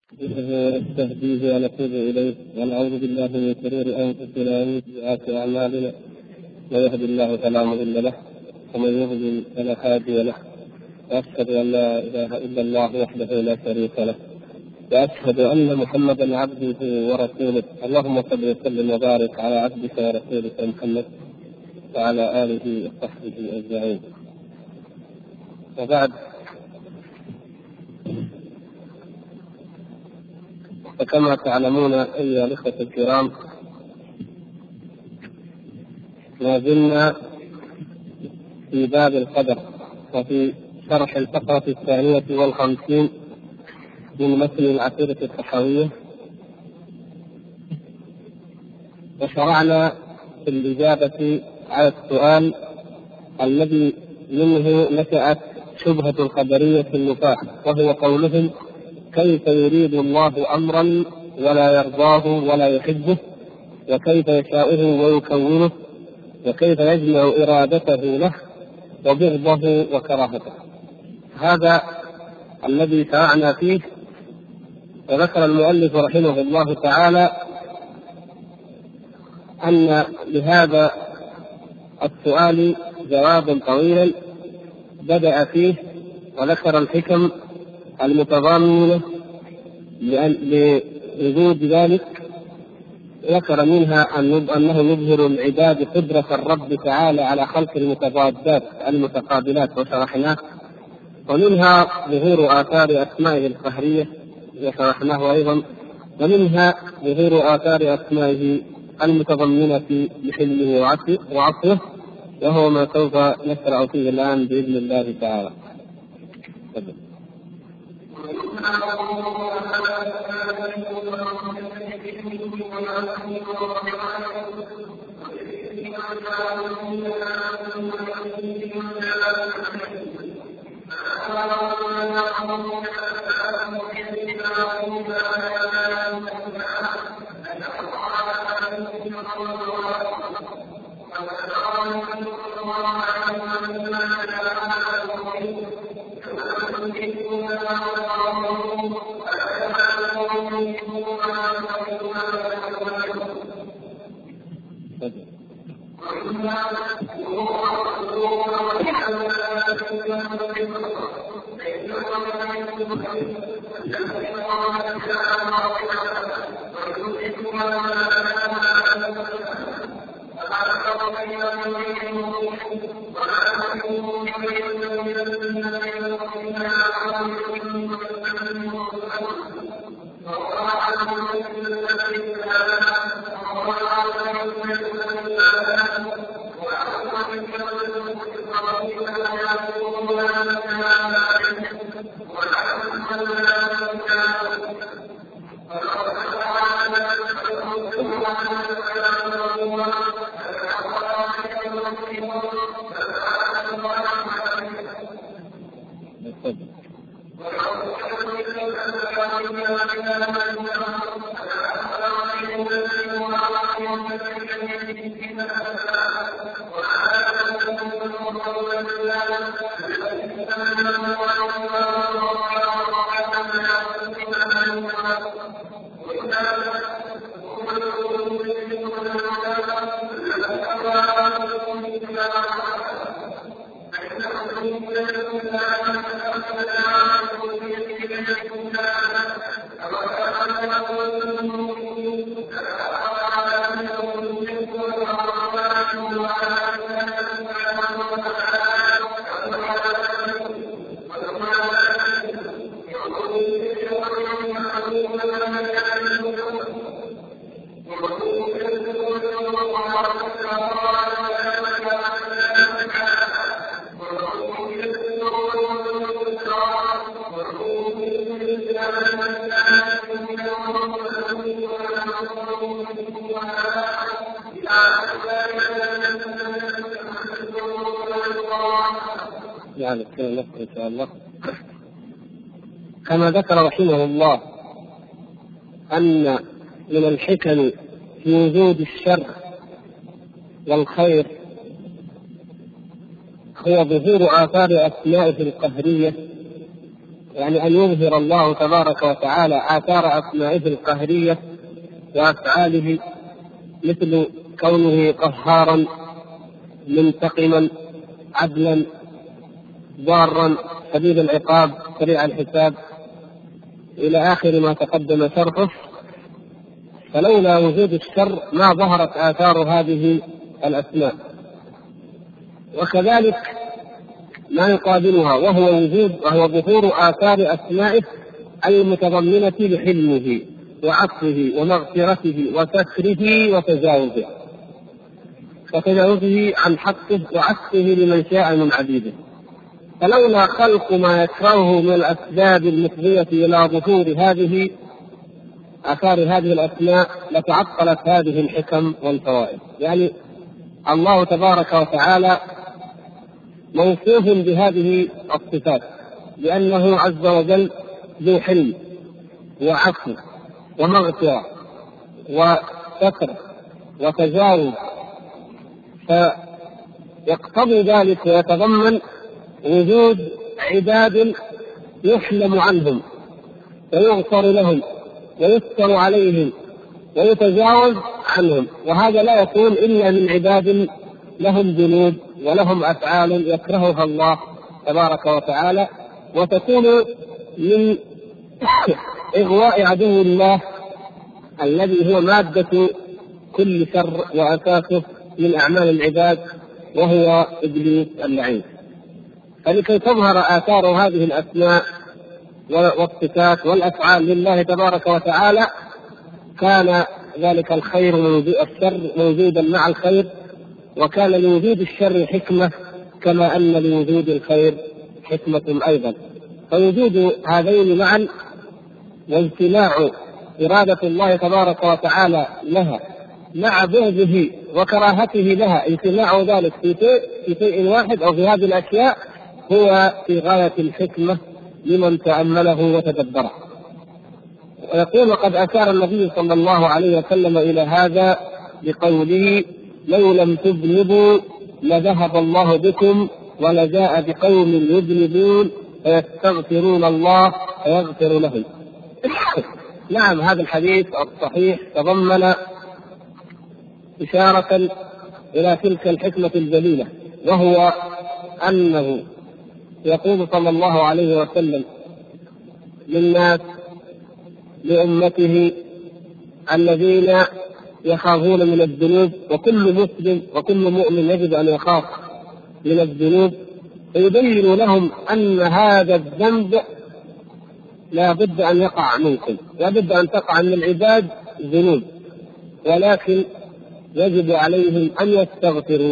نستهديه ونتوب إليه ونعوذ بالله من شرور أنفسنا ومن سيئات أعمالنا، من يهد الله فلا مضل له ومن يضلل فلا هادي له، وأشهد أن لا إله إلا الله وحده لا شريك له، وأشهد أن محمدا عبده ورسوله. اللهم صل وسلم وبارك على عبدك ورسولك محمد وعلى آله وصحبه أجمعين. وبعد، فكما تعلمون أيها الأخوة الكرام، ما زلنا في باب القدر وفي شرح الفقرة 52 من متن العقيدة الطحاوية، وشرعنا في الإجابة على السؤال الذي منه نشأت شبهة القدرية النفاة، وهو قولهم: كيف يريد الله أمرا ولا يرضاه ولا يحبه، وكيف يشاؤه ويكونه، وكيف يجمع إرادته له وبغضه وكراهته. هذا الذي شرعنا فيه. وذكر المؤلف رحمه الله تعالى أن لهذا السؤال جوابا طويلا بدأ فيه، وذكر الحكم المتضامنة لوجود ذلك. ذكر منها أنه يظهر العباد قدرة الرب تعالى على خلق المتضادات المتقابلات، وشرحناه. ومنها ظهور آثار أسمائه القهرية، وشرحناه أيضا. ومنها ظهور آثار أسمائه المتضمنة لحلمه وعفوه، وهو ما سوف نشرع فيه الآن بإذن الله تعالى. يعني إن شاء الله. كما ذكر رحمه الله أن من الحكم في وجود الشر والخير هو ظهور آثار أسمائه القهرية يعني أن يظهر الله تبارك وتعالى آثار أسمائه القهرية وأفعاله، مثل كونه قهارا منتقما عدلا ضارا شديد العقاب سريع الحساب إلى آخر ما تقدم شرحه. فلولا وجود الشر ما ظهرت آثار هذه الأسماء. وكذلك ما يقابلها وهو ظهور آثار أسمائه المتضمنة لحلمه وعفوه ومغفرته وستره وتجاوزه عن حقه وعفوه لمن شاء من عبيده. فلولا خلق ما يكرهه من الأسباب المفضية إلى ظهور هذه آثار هذه الأسماء لتعطلت هذه الحكم والفوائد. يعني الله تبارك وتعالى موصوف بهذه الصفات لأنه عز وجل ذو حلم وعفو ومغفرة وستر وتجاوز، فيقتضي ذلك ويتضمن وجود عباد يحلم عنهم ويغفر لهم ويستر عليهم ويتجاوز عنهم، وهذا لا يكون إلا من عباد لهم ذنوب ولهم أفعال يكرهها الله تبارك وتعالى، وتكون من إغواء عدو الله الذي هو مادة كل شر وأساسه من أعمال العباد وهو إبليس اللعين. فلكي تظهر آثار هذه الأسماء والصفات والأفعال لله تبارك وتعالى كان ذلك الخير الشر موجودا مع الخير، وكان لوجود الشر حكمة كما أن لوجود الخير حكمة أيضا. فوجود هذين معا واجتماع إرادة الله تبارك وتعالى لها مع بغضه وكراهته لها، اجتماع ذلك في شيء واحد أو في هذه الأشياء هو في غاية الحكمة لمن تأمله وتدبره. ويقول قد أشار النبي صلى الله عليه وسلم إلى هذا بقوله: لو لم تذنبوا لذهب الله بكم ولجاء بقوم يذنبون فيستغفرون الله فيغفر لهم. نعم، هذا الحديث الصحيح تضمن إشارة إلى تلك الحكمة الجليلة، وهو أنه يقول صلى الله عليه وسلم للناس لأمته الذين يخافون من الذنوب، وكل مسلم وكل مؤمن يجب أن يخاف من الذنوب، فيبين لهم أن هذا الذنب لا بد أن يقع منكم، لا بد أن تقع من العباد ذنوب، ولكن يجب عليهم أن يستغفروا.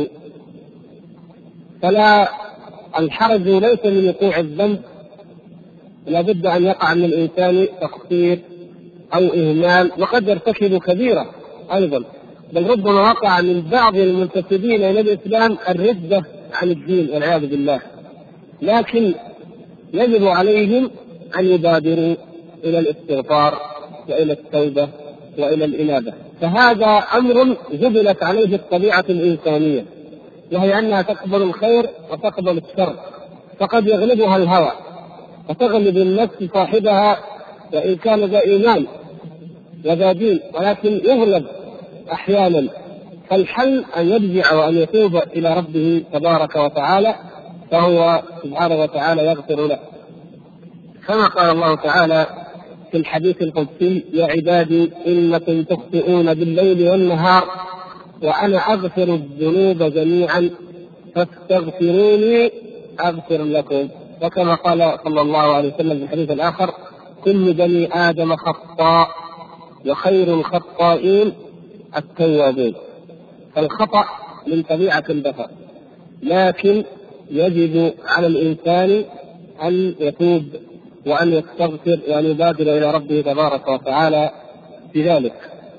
فلا الحرج ليس من وقوع الذنب، لا بد أن يقع من الإنسان تقصير أو إهمال، وقد يرتكب كبيرة أيضا، بل ربما وقع من بعض المنتسبين إلى الإسلام الردة عن الدين والعياذ بالله، لكن يجب عليهم أن يبادروا إلى الاستغفار وإلى التوبة وإلى الإنابة. فهذا أمر جبلت عليه الطبيعة الإنسانية، وهي أنها تقبل الخير وتقبل الشر، فقد يغلبها الهوى فتغلب النفس صاحبها وإن كان ذا إيمان وذا دين، ولكن يغلب أحيانا. فالحل أن يرجع وأن يتوب إلى ربه تبارك وتعالى، فهو سبحانه وتعالى يغفر له، كما قال الله تعالى في الحديث القدسي: يا عبادي إنكم تخطئون بالليل والنهار وأنا أغفر الذنوب جميعا فاستغفروني أغفر لكم. وكما قال صلى الله عليه وسلم في الحديث الآخر: كل بني آدم خطاء وخير الخطائين التوابون. فالخطأ من طبيعة البشر، لكن يجب على الإنسان أن يتوب وأن يستغفر وأن يبادر إلى ربه تبارك وتعالى بذلك.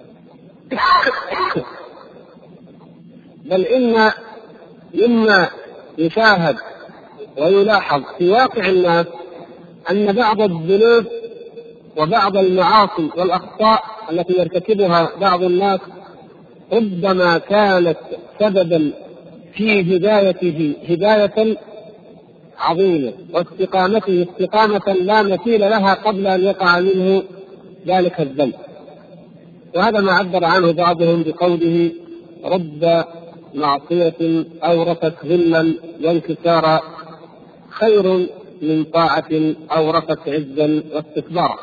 بل إن مما يشاهد ويلاحظ في واقع الناس أن بعض الذنوب وبعض المعاصي والأخطاء التي يرتكبها بعض الناس ربما كانت سببا في هدايته هداية عظيمة، واستقامته استقامة لا مثيل لها قبل أن يقع منه ذلك الذنب. وهذا ما عبر عنه بعضهم بقوله: رب معصية أورثت ذلا وانكسارا خير من طاعة أورثت عزا واستكبارا.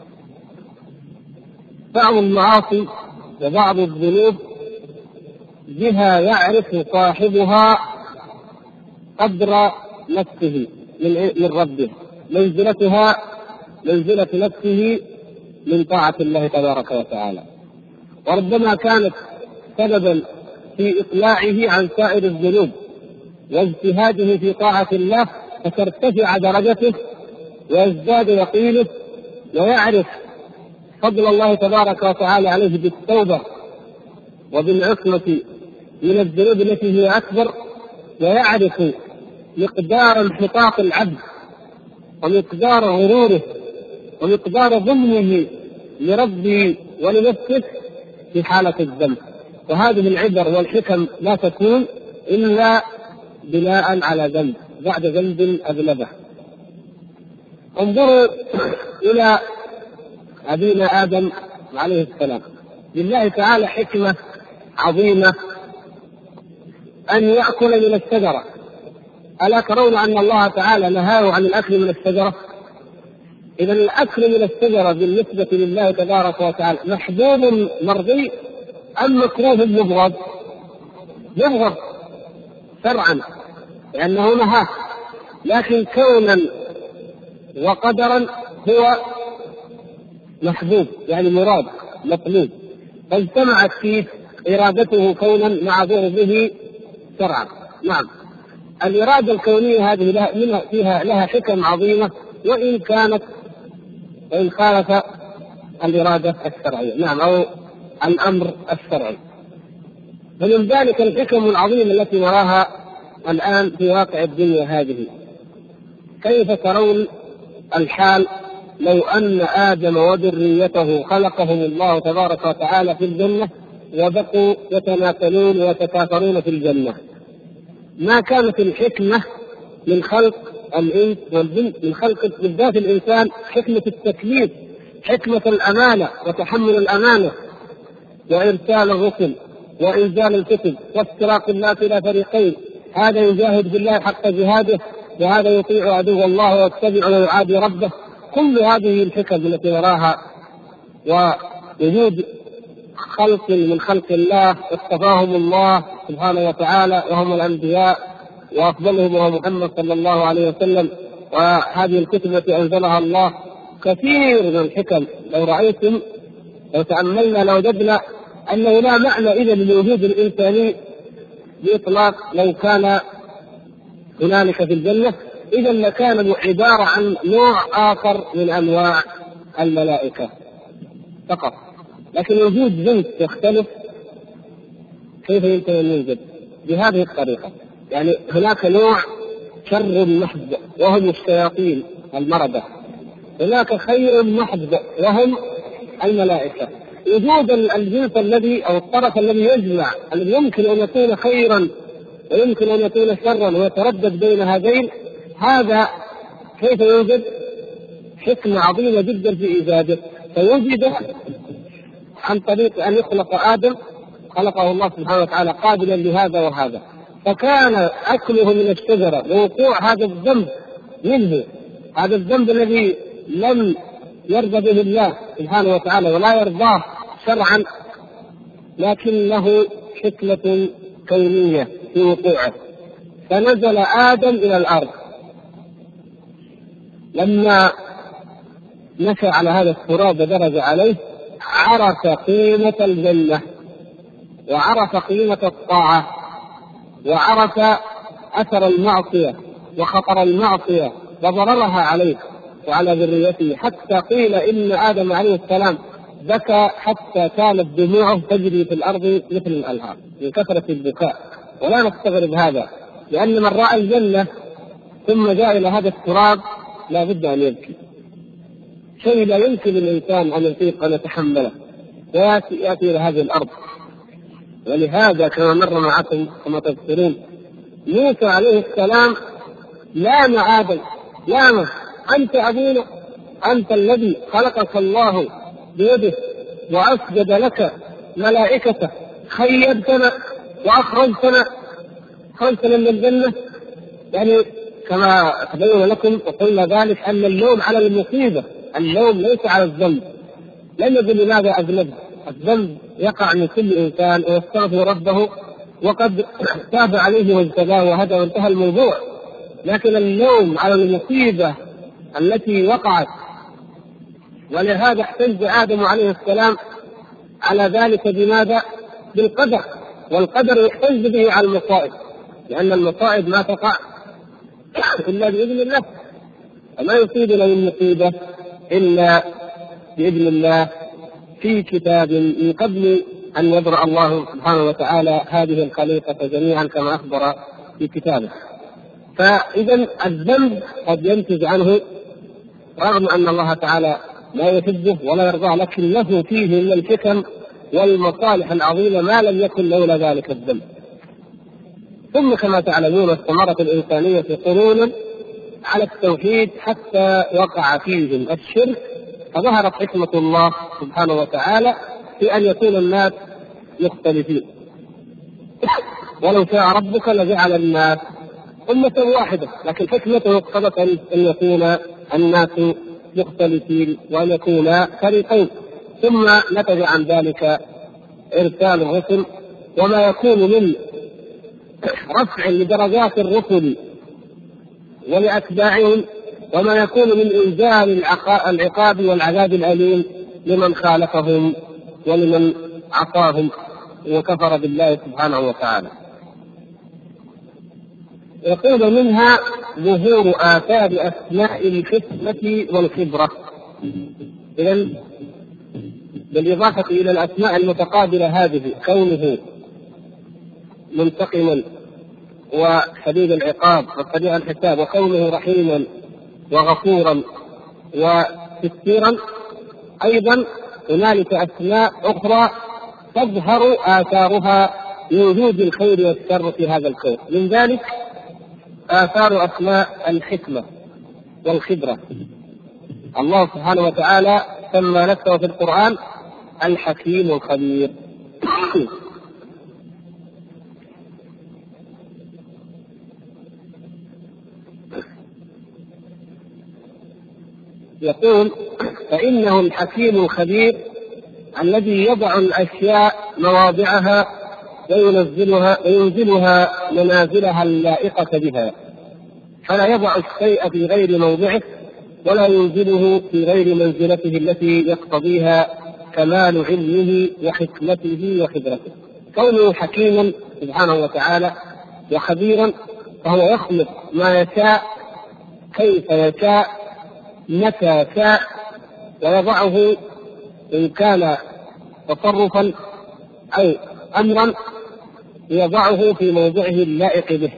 بعض المعاصي وبعض الذنوب بها يعرف صاحبها قدر نفسه من ربه، منزلتها منزلة نفسه من طاعة الله تبارك وتعالى، وربما كانت سببا في إقلاعه عن سائر الذنوب واجتهاده في طاعة الله، فترتفع درجته ويزداد يقينه ويعرف فضل الله تبارك وتعالى عليه بالتوبة وبالعصمة من الذنوب التي هي أكبر، ويعرف مقدار انحطاط العبد ومقدار غروره ومقدار ظلمه لربه ولنفسه في حالة الذنب. وهذه العبر والحكم لا تكون إلا بناء على ذنب بعد ذنب أذنبه. انظروا إلى أبينا آدم عليه السلام، لله تعالى حكمة عظيمة أن يأكل من الشجرة. ألا ترون أن الله تعالى نهاه عن الأكل من الشجرة؟ إذا الأكل من الشجرة بالنسبة لله تبارك وتعالى محبوب مرضي أم مكروه مبغض؟ مبغض شرعا لأنه نهاه، لكن كونا وقدرا هو محبوب، يعني مراد مطلوب، فاجتمعت فيه إرادته كونا مع بغضه شرعا. نعم، الإرادة الكونية هذه فيها لها حكم عظيمة وإن خالف الإرادة الشرعية، نعم، أو الأمر الشرعي. ومن ذلك الحكم العظيمة التي نراها الآن في واقع الدنيا هذه. كيف ترون الحال لو أن آدم وذريته خلقهم الله تبارك وتعالى في الجنة وبقوا يتناقلون ويتكاثرون في الجنة؟ ما كانت الحكمة من خلق الإنس والجن، من خلق بالذات الإنسان، حكمة التكليف، حكمة الأمانة وتحمل الأمانة وإرسال الرسل وإنزال الكتب وافتراق الناس إلى فريقين، هذا يجاهد بالله حق جهاده وهذا يطيع عدو الله ويتبع ويعادي ربه. كل هذه الحكم التي نراها ووجود خلق من خلق الله اصطفاهم الله سبحانه وتعالى وهم الأنبياء وأفضلهم وهو محمد صلى الله عليه وسلم، وهذه الكتب التي أنزلها الله كثير من الحكم. لو رأيتم لو تأملنا لوجدنا أنه لا معنى إذا للوجود الإنساني بإطلاق لو كان هنالك في الجنة، إذا لكان عبارة عن نوع آخر من أنواع الملائكة فقط. لكن وجود جنس يختلف، كيف يمكن أن يوجد بهذه الطريقة؟ يعني هناك نوع شر محض وهم الشياطين المردة، هناك خير محض وهم الملائكة. وجود الجنس الذي أو الطرف الذي يجمع الذي يمكن أن يكون خيرا ويمكن أن يكون شرا ويتردد بين هذين، هذا كيف يوجد؟ حكمة عظيمة جدا في إيجاده. فوجد عن طريق أن يخلق آدم، خلقه الله سبحانه وتعالى قابلا لهذا وهذا، فكان أكله من الشجرة ووقوع هذا الذنب منه، هذا الذنب الذي لم يرضى به الله سبحانه وتعالى ولا يرضاه شرعا، لكن له حكمة كونية في وقوعه. فنزل آدم إلى الأرض، لما نشأ على هذا التراب درج عليه عرف قيمة الجنة وعرف قيمة الطاعة وعرف أثر المعصية وخطر المعصية وضررها عليه وعلى ذريته، حتى قيل إن آدم عليه السلام بكى حتى كانت دموعه تجري في الأرض مثل الأنهار من كثرة البكاء. ولا نستغرب هذا، لأن من رأى الجنة ثم جاء إلى هذا التراب لا بد أن يبكي، شيء لا يمكن للإنسان أن يطيق أن يتحمله ويأتي إلى هذه الأرض. ولهذا كما مر معكم كما تذكرون موسى عليه السلام لام آدم، لامه: أنت أبونا، أنت الذي خلقك الله بيده وأسجد لك ملائكته، خيبتنا وأخرجتنا من الجنة. يعني كما تبين لكم وقلنا ذلك أن اللوم على المصيبة، اللوم ليس على الذنب. لم يقل لماذا أذنب، الذنب يقع من كل إنسان ويستغفر ربه وقد تاب عليه واجتباه وهذا وانتهى الموضوع. لكن اللوم على المصيبة التي وقعت، ولهذا احتج آدم عليه السلام على ذلك بماذا؟ بالقدر، والقدر يحتج به على المصائب، لأن المصائب ما تقع إلا بإذن الله، وما يصيبنا من مصيبة إلا بإذن الله في كتاب من قبل أن يبرأ الله سبحانه وتعالى هذه الخليقة جميعا كما أخبر في كتابه. فإذا الذنب قد ينتج عنه رغم أن الله تعالى لا يحبه ولا يرضاه، لكن له فيه من الحكم والمصالح العظيمة ما لم يكن لولا ذلك الذنب. ثم كما تعلمون استمرت الإنسانية قرونا على التوحيد حتى وقع فيهم الشرك، فظهرت حكمة الله سبحانه وتعالى في أن يكون الناس مختلفين. ولو شاء ربك لجعل الناس أمة واحدة، لكن حكمته اقتضت أن يكون الناس مختلفين وأن يكون فريقين. ثم نتج عن ذلك إرسال الرسل، وما يكون من رفع لدرجات الرسل ولأتباعهم، وما يكون من إنزال العقاب والعذاب الأليم لمن خالفهم ولمن عصاهم وكفر بالله سبحانه وتعالى. يقول منها ظهور آثار أسماء الحكمة والخبرة. إذن بالإضافة إلى الأسماء المتقابلة هذه، كونه منتقما وشديد العقاب وسريع الحساب، وكونه رحيما وغفورا وستيرا، أيضا هنالك أسماء أخرى تظهر آثارها لوجود الخير والشر في هذا الكون. من ذلك آثار أسماء الحكمة والخبرة. الله سبحانه وتعالى سمى نفسه في القرآن الحكيم الخبير. يقول: فإنه الحكيم الخبير الذي يضع الأشياء مواضعها وينزلها منازلها اللائقة بها، فلا يضع الشيء في غير موضعه ولا ينزله في غير منزلته التي يقتضيها كمال علمه وحكمته وخبرته. كونه حكيما سبحانه وتعالى وخبيرا، فهو يخلق ما يشاء كيف يشاء متى شاء، ويضعه إن كان تصرفا أو أمرا يضعه في موضعه اللائق به.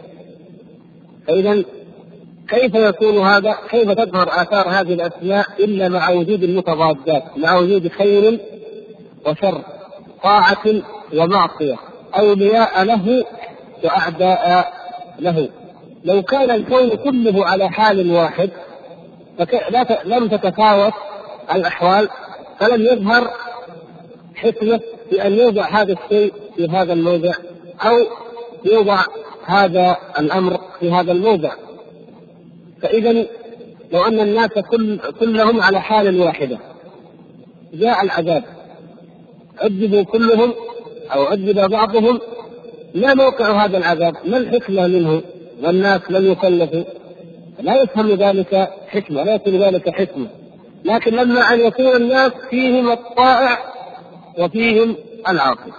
فإذا كيف يكون هذا؟ كيف تظهر آثار هذه الأسماء إلا مع وجود المتضادات، مع وجود خير وشر، طاعة ومعصية، أولياء له وأعداء له. لو كان الكون كله على حال واحد لم تتفاوت الأحوال، فلم يظهر حكمة في أن يوضع هذا الشيء في هذا الموضع أو يوضع هذا الأمر في هذا الموضع. فإذا لو أن الناس كلهم على حال واحدة جاء العذاب، عذبوا كلهم أو عذب بعضهم، ما موقع هذا العذاب؟ ما الحكمة منه؟ والناس لم يكلفوا، لا يفهم ذلك حكمة، لا يكون ذلك حكمة. لكن لما أن يكون الناس فيهم الطائع وفيهم العاصي،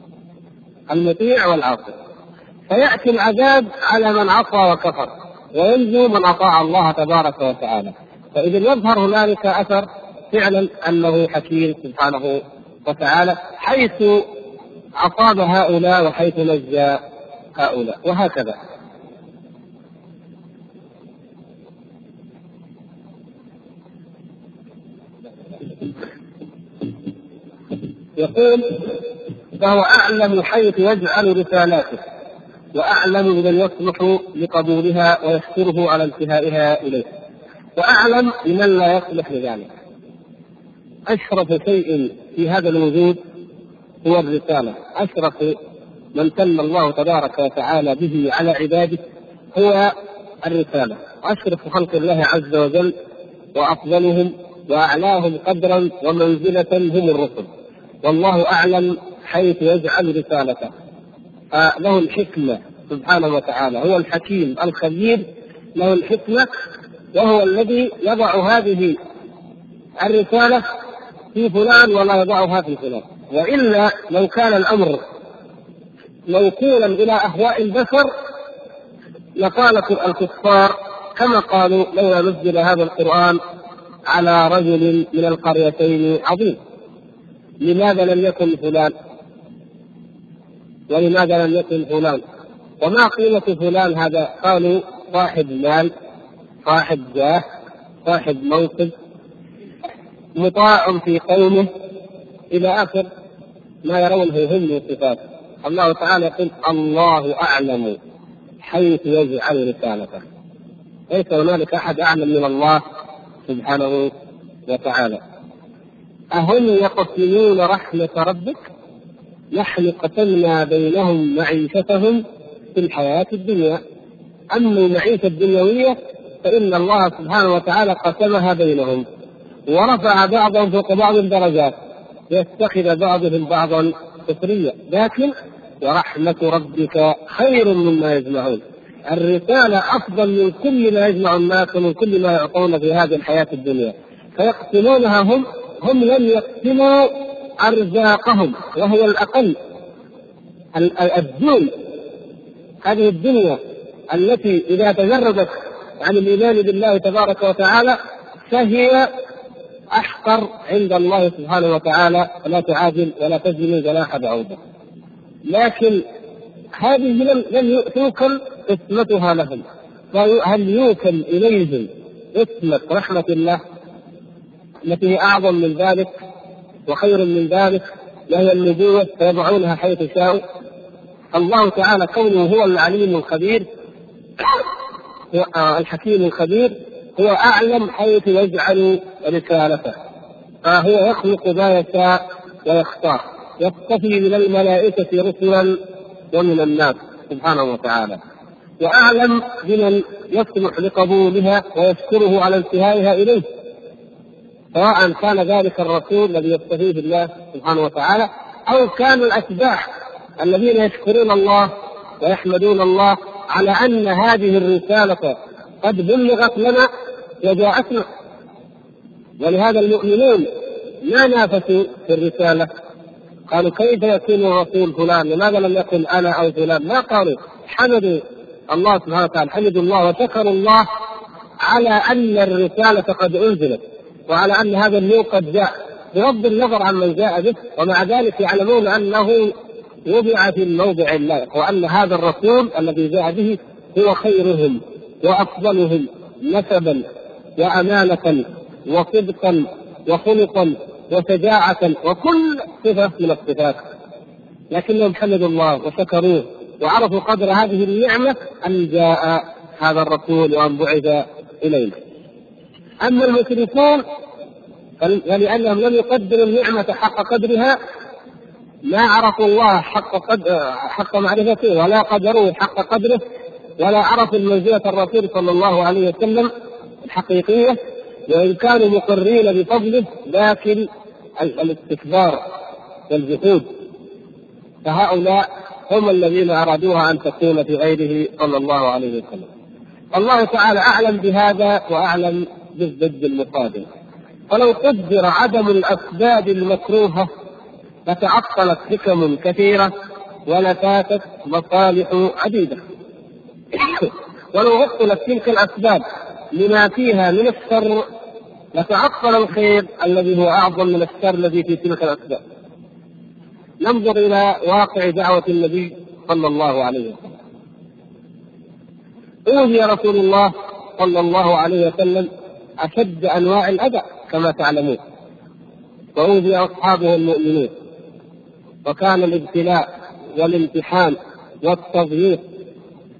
المطيع والعاصي، فيأتي العذاب على من عصى وكفر وينجو من أطاع الله تبارك وتعالى. فإذا يظهر هنالك أثر فعلا أنه حكيم سبحانه وتعالى، حيث أصاب هؤلاء وحيث نجى هؤلاء، وهكذا. يقول: فهو أعلم حيث يجعل رسالاته، وأعلم بمن يصلح لقبولها ويشكره على انتهائها إليه، وأعلم بمن لا يصلح لذلك. أشرف شيء في هذا الوجود هو الرسالة. أشرف من سمى الله تبارك وتعالى به على عباده هو الرسالة. أشرف خلق الله عز وجل وأفضلهم وأعلاهم قدرا ومنزلة هم الرسل، والله أعلم حيث يجعل رسالته. له الحكمة سبحانه وتعالى، هو الحكيم الخبير، له الحكمة، وهو الذي يضع هذه الرسالة في فلان ولا يضعها في فلان. وإلا لو كان الأمر موكولا إلى أهواء البشر لقال الكفار كما قالوا لولا نزل هذا القرآن على رجل من القريتين عظيم، لماذا لم يكن فلان ولماذا لم يكن فلان؟ وما قيمة فلان هذا؟ قالوا صاحب مال، صاحب جاه، صاحب منصب، مطاع في قومه، إلى آخر ما يرونه هم من صفات. الله تعالى يقول الله أعلم حيث يجعل رسالته. ليس هنالك أحد أعلم من الله سبحانه وتعالى. أهم يقسمون رحمة ربك؟ نحن قسمنا بينهم معيشتهم في الحياة الدنيا. أما المعيشة الدنيوية فإن الله سبحانه وتعالى قسمها بينهم ورفع بعضهم فوق بعض الدرجات يتخذ بعضهم بعضا سخريا، لكن ورحمة ربك خير مما يجمعون. الرسالة أفضل من كل ما يجمع الناس ومن كل ما يعطون في هذه الحياة الدنيا، فيقسمونها هم لم يقسموا أرزاقهم وهو الأقل. الدين هذه الدنيا التي إذا تجردت عن الإيمان بالله تبارك وتعالى فهي أحقر عند الله سبحانه وتعالى، لا تعادل ولا تجري جناح بعوضة. لكن هذه لم توكل قسمتها لهم، فهل يوكل إليهم قسمة رحمة الله التي هي أعظم من ذلك وخير من ذلك، وهي النبوة، فيضعونها حيث شاءوا؟ الله تعالى كونه هو العليم الخبير الحكيم الخبير هو أعلم حيث يجعل رسالته، فهو يخلق ما يشاء ويختار، يصطفي من الملائكة رسلا ومن الناس سبحانه وتعالى، وأعلم بمن يصلح لقبولها ويشكره على انتهائها إليه، سواء كان ذلك الرسول الذي يصطفيه الله سبحانه وتعالى أو كان الأتباع الذين يشكرون الله ويحمدون الله على أن هذه الرسالة قد بلغت لنا وجاءتنا. ولهذا المؤمنون ما نافسوا في الرسالة، قالوا كيف يكون الرسول فلان، لماذا لم يكن أنا أو فلان؟ ما قالوا، حمدوا الله سبحانه وتعالى، حمدوا الله وشكروا الله على أن الرسالة قد أنزلت وعلى أن هذا النور قد جاء، بغض النظر عن من جاء به، ومع ذلك يعلمون أنه وضع في الموضع اللائق، وأن هذا الرسول الذي جاء به هو خيرهم وأفضلهم نسبا وأمانة وصدقا وخلقا وشجاعة وكل صفة من الصفات. لكنهم حمدوا الله وشكروه وعرفوا قدر هذه النعمة أن جاء هذا الرسول وأن بعث إلينا. أما المشركون فلأنهم لم يقدروا النعمة حق قدرها، ما عرفوا الله حق معرفته ولا قدروه حق قدره، ولا عرفوا المنزلة الرسول صلى الله عليه وسلم الحقيقية، وإن كانوا مقرين بفضله لكن الاستكبار والجحود، فهؤلاء هم الذين أرادوها أن تكون في غيره صلى الله عليه وسلم. الله تعالى أعلم بهذا وأعلم بالضد المقابل. فلو قدر عدم الأسباب المكروهة لتعطلت حكم كثيرة ولفاتت مصالح عديدة. ولو عطلت تلك الأسباب لما فيها من الشر لتعطل الخير الذي هو أعظم من الشر الذي في تلك الأسباب. ننظر إلى واقع دعوة النبي صلى الله عليه وسلم. أوذي رسول الله صلى الله عليه وسلم أشد أنواع الأذى كما تعلمون، وأوذي أصحابه المؤمنين، وكان الابتلاء والامتحان والتضييق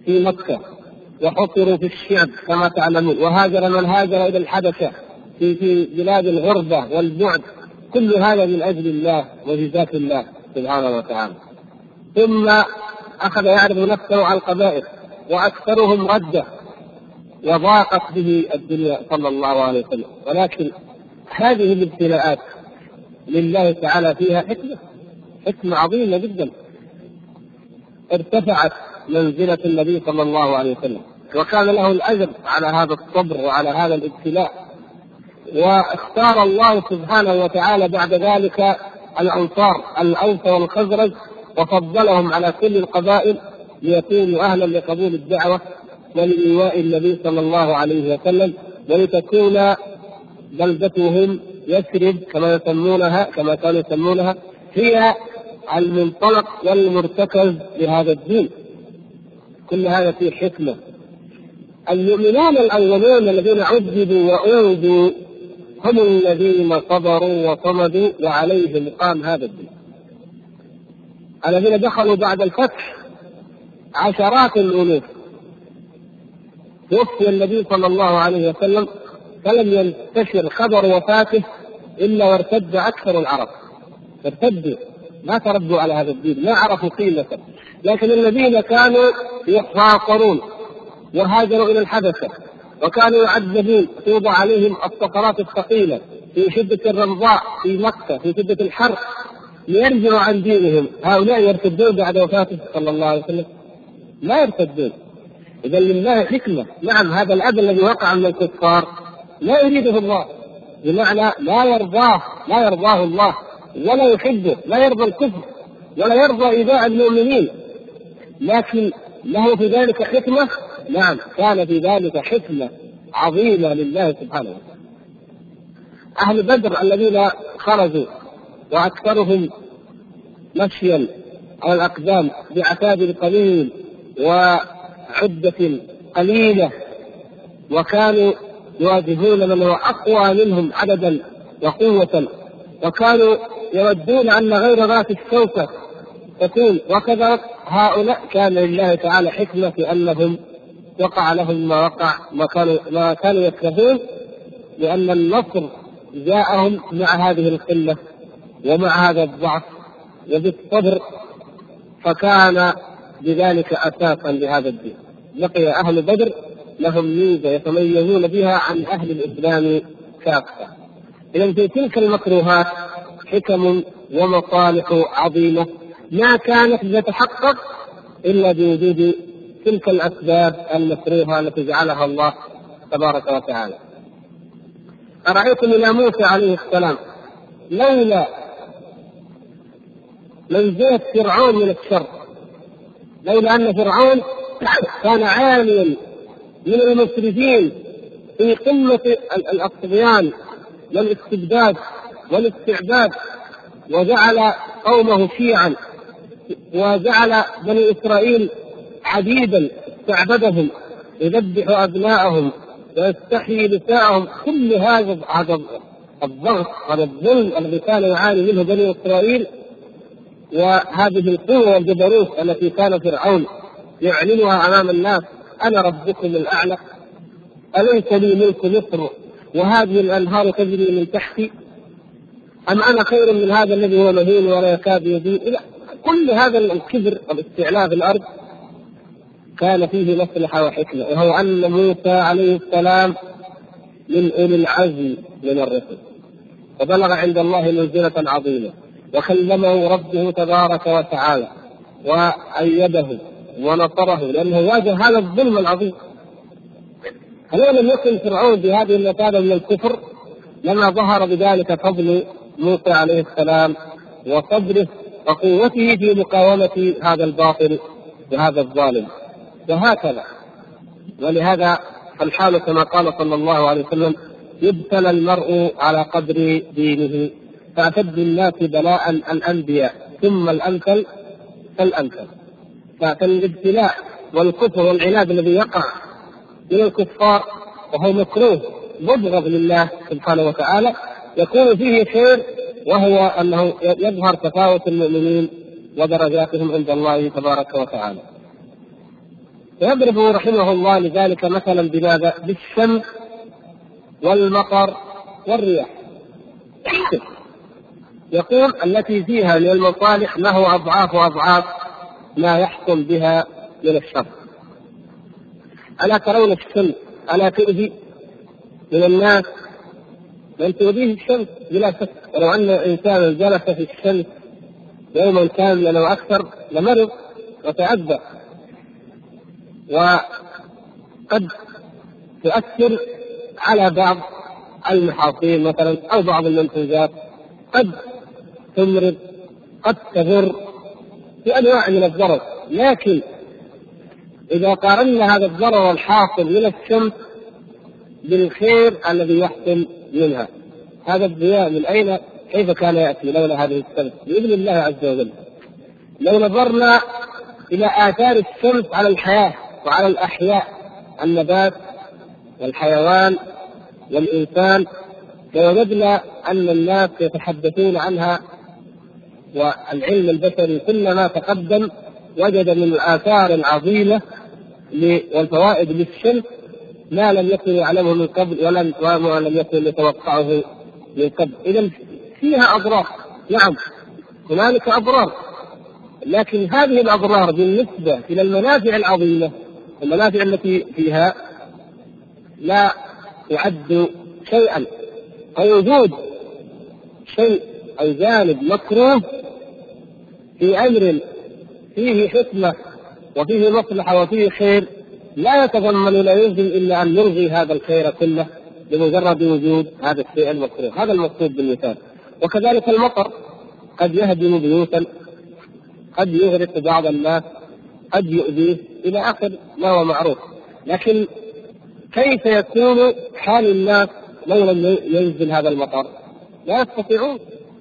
في مكة وحصروا في الشعب كما تعلمون، وهاجر من هاجر إلى الحبشة في بلاد الغربة والبعد، كل هذا من أجل الله وجزاك الله سبحانه وتعالى. ثم أخذ يعرض نفسه على القبائل وأكثرهم ردة وضاقت به الدنيا صلى الله عليه وسلم. ولكن هذه الابتلاءات لله تعالى فيها حكمة عظيمة جدا. ارتفعت منزلة النبي صلى الله عليه وسلم، وكان له الأجر على هذا الصبر وعلى هذا الابتلاء. واختار الله سبحانه وتعالى بعد ذلك الأنصار الأوس والخزرج وفضلهم على كل القبائل ليكونوا أهلا لقبول الدعوة ولإيواء النبي صلى الله عليه وسلم، ولتكون بلدتهم يثرب كما كانوا يسمونها هي المنطلق والمرتكز لهذا الدين. كل هذا فيه حكمة. المؤمنون الأولون الذين عذبوا وأوذوا هم الذين صبروا وصمدوا وعليهم قام هذا الدين. الذين دخلوا بعد الفتح عشرات الألوف، توفي النبي صلى الله عليه وسلم فلم ينتشر خبر وفاته إلا وارتد أكثر العرب، ارتدوا ما تردوا على هذا الدين، ما عرفوا قيمته. لكن الذين كانوا يحاصرون وهاجروا إلى الحبشة وكانوا يعذبون توضع عليهم الصخرات الثقيلة في شدة الرمضاء في مكة في شدة الحر ليرجعوا عن دينهم، هؤلاء يرتدون بعد وفاته صلى الله عليه وسلم؟ لا يرتدون. إذا لله حكمة. نعم، هذا الأذى الذي وقع من الكفار لا يريده الله، بمعنى لا يرضاه الله ولا يحبه، لا يرضى الكفر ولا يرضى إيذاء المؤمنين، لكن له في ذلك حكمة. نعم، كان في ذلك حكمة عظيمة لله سبحانه وتعالى. أهل بدر الذين خرجوا وأكثرهم مشيا على الأقدام بعتاد قليل وعدة قليلة، وكانوا يواجهون من هو أقوى منهم عددا وقوة، وكانوا يودون أن غير ذات الشوكة تكون، وكذا هؤلاء كان لله تعالى حكمة في أنهم وقع لهم ما وقع، ما كانوا يكرهون، لأن النصر جاءهم مع هذه القلة ومع هذا الضعف وبالصبر، فكان بذلك أساسا لهذا الدين. لقي أهل بدر لهم ميزة يتميزون بها عن أهل الإسلام كافة. إذن في تلك المكروهات حكم ومصالح عظيمة ما كانت تتحقق إلا بوجود تلك الأسباب المكروهة التي جعلها الله تبارك وتعالى. أرأيتم إلى موسى عليه السلام لولا منزلة فرعون من الشر، لولا أن فرعون كان عاليا من المسرفين في قمة الطغيان والاستبداد والاستعباد، وجعل قومه شيعا، وجعل بني إسرائيل عبيدا استعبدهم، يذبح أبناءهم ويستحيي نساءهم. كل هذا الضغط هذا الظلم الذي كان يعاني منه بني إسرائيل، وهذه القوة والجبروت التي كان فرعون يعلنها أمام الناس: أنا ربكم الأعلى، أليس لي ملك مصر وهذه الأنهار تجري من تحتي، أم أنا خير من هذا الذي هو مهين ولا يكاد يبين. كل هذا الكبر والاستعلاء في الأرض كان فيه مصلحة وحكمة، وهو أن موسى عليه السلام من أولي العزم من الرسل، فبلغ عند الله منزلة عظيمة، وكلمه ربه تبارك وتعالى وأيده ونصره، لأنه واجه هذا الظلم العظيم. فلو لم يكن فرعون بهذه المثابة من الكفر لما ظهر بذلك فضل موسى عليه السلام وصبره وقوته في مقاومة هذا الباطل وهذا الظالم. وهكذا، ولهذا الحال كما قال صلى الله عليه وسلم: يبتلى المرء على قدر دينه، فأشد الناس بلاء الأنبياء ثم الأمثل فالأمثل. فالابتلاء والكفر والعناد الذي يقع من الكفار وهو مكروه مبغض لله سبحانه وتعالى يكون فيه خير، وهو أنه يظهر تفاوت المؤمنين ودرجاتهم عند الله تبارك وتعالى. يضرب رحمه الله لذلك مثلا بماذا؟ بالشمس والمطر والرياح. يقول التي فيها من المصالح له أضعاف وأضعاف ما يحصل بها من الشر. ألا ترون الشمس ألا تؤذي من الناس؟ من تؤذيه الشمس بلا شك. ولو أن إنسانا جلس في الشمس يوما كاملا أو أكثر لمرض وتعذب، وقد تؤثر على بعض المحاصيل مثلا أو بعض المنتوجات، قد تمرض، قد تضر بأنواع من الضرر. لكن إذا قارنا هذا الضرر الحاصل من الشمس بالخير الذي يحصل منها، هذا الضياء من أين كيف كان يأتي لولا هذه الشمس؟ بإذن الله عز وجل. لو نظرنا إلى آثار الشمس على الحياة وعلى الأحياء، النبات والحيوان والإنسان، لوجدنا أن الناس يتحدثون عنها، والعلم البشري كلما تقدم وجد من الآثار العظيمة والفوائد للشمس ما لم يكن يعلمه من قبل ولم يكن يتوقعه من قبل. إذن فيها أضرار، نعم هنالك أضرار، لكن هذه الأضرار بالنسبة إلى المنافع العظيمة، المنافع التي فيها لا تعد شيئا. فوجود شيء أو جانب مكروه في أمر فيه حكمة وفيه مصلحة وفيه خير لا يتضمن لا يلزم إلا أن نلغي هذا الخير كله بمجرد وجود هذا الشيء المكروه. هذا المقصود بالمثال. وكذلك المطر قد يهدم بيوتا، قد يغرق بعض الناس، قد يؤذيه، إلى آخر ما هو معروف. لكن كيف يكون حال الناس لو لم ينزل هذا المطر؟ لا يستطيعون.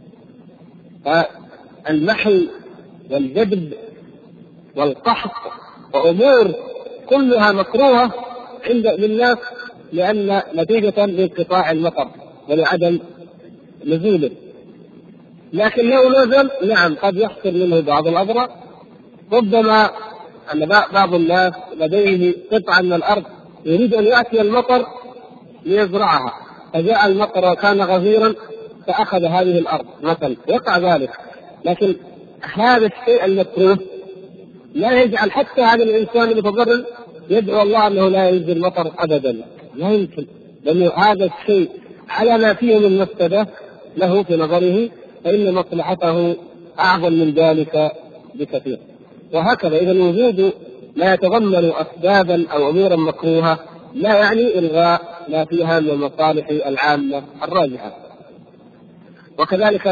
فالمحل والجدب والقحط وأمور كلها مكروهة عند الناس لأن نتيجة لانقطاع المطر ولعدم نزوله. لكن لو نزل نعم قد يحصل منه بعض الأضرار. ربما أن بعض الناس لديه قطعة من الأرض يريد أن يأتي المطر ليزرعها، فجاء المطر وكان غزيرا فأخذ هذه الأرض مثلا، يقع ذلك. لكن هذا الشيء المكروه لا يجعل حتى هذا الإنسان المتضرر يدعو الله أنه لا ينزل مطر أبدا، لا يمكن، لأن هذا الشيء على ما فيه من مفسدة له في نظره، فإن مصلحته أعظم من ذلك بكثير. وهكذا إذا وجود ما يتضمن أسبابا أو أمورا مكروهة لا يعني إلغاء ما فيها من المصالح العامة الراجحة. وكذلك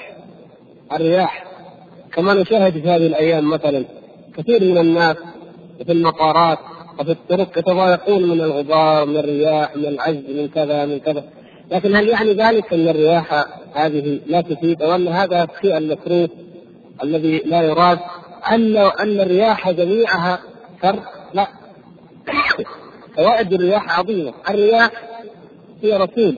الرياح كما نشاهد في هذه الأيام مثلا كثير من الناس في المطارات وفي الطرق يتضايقون من الغبار، من الرياح، من العجز، من كذا من كذا. لكن هل يعني ذلك أن الرياح هذه لا تفيد، أو أن هذا الشيء المكروه الذي لا يراد أن الرياح جميعها شر؟ لا. فوائد الرياح عظيمة. الرياح هي رسول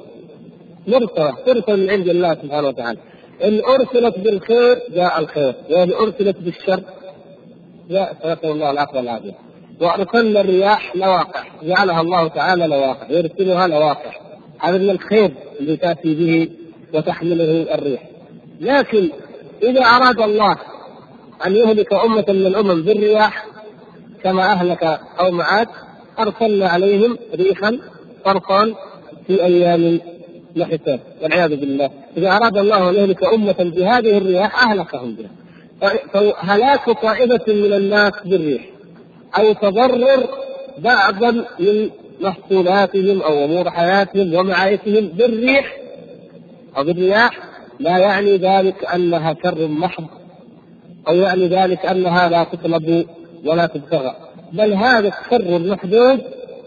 مرسل من عند الله سبحانه وتعالى. إن أرسلت بالخير جاء الخير، وإن أرسلت بالشر جاء سيقول الله العفو والعافية. وأرسلنا الرياح لواقح، جعلها الله تعالى لواقح، يرسلها لواقح. هذا من الخير اللي تأتي به وتحمله الريح. لكن إذا أراد الله أن يهلك أمة من الأمم بالرياح كما أهلك قوم عاد أرسلنا عليهم ريحا صرصا في أيام نحسات والعياذ بالله. إذا أراد الله أن يهلك أمة بهذه الرياح أهلكهم بها. فهلاك طائفة من الناس بالريح أو تضرر بعضا من محصولاتهم أو أمور حياتهم ومعايشهم بالريح أو بالرياح لا يعني ذلك أنها شر محض، أو يعني ذلك أنها لا تطلب ولا تبتغى، بل هذا الشر المحدود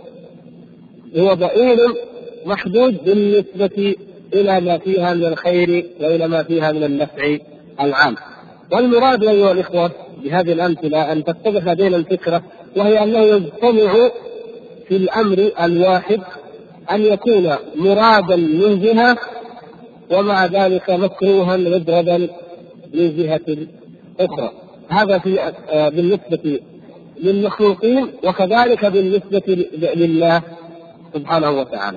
هو ضئيل محدود بالنسبة إلى ما فيها من الخير وإلى ما فيها من النفع العام. والمراد أيها الإخوة بهذه الأمثلة أن تتضح لدينا الفكرة، وهي أنه يجتمع في الأمر الواحد أن يكون مرادا من جهة ومع ذلك مكروها مبغضا من جهة أخرى. هذا بالنسبة للمخلوقين وكذلك بالنسبة لله سبحانه وتعالى.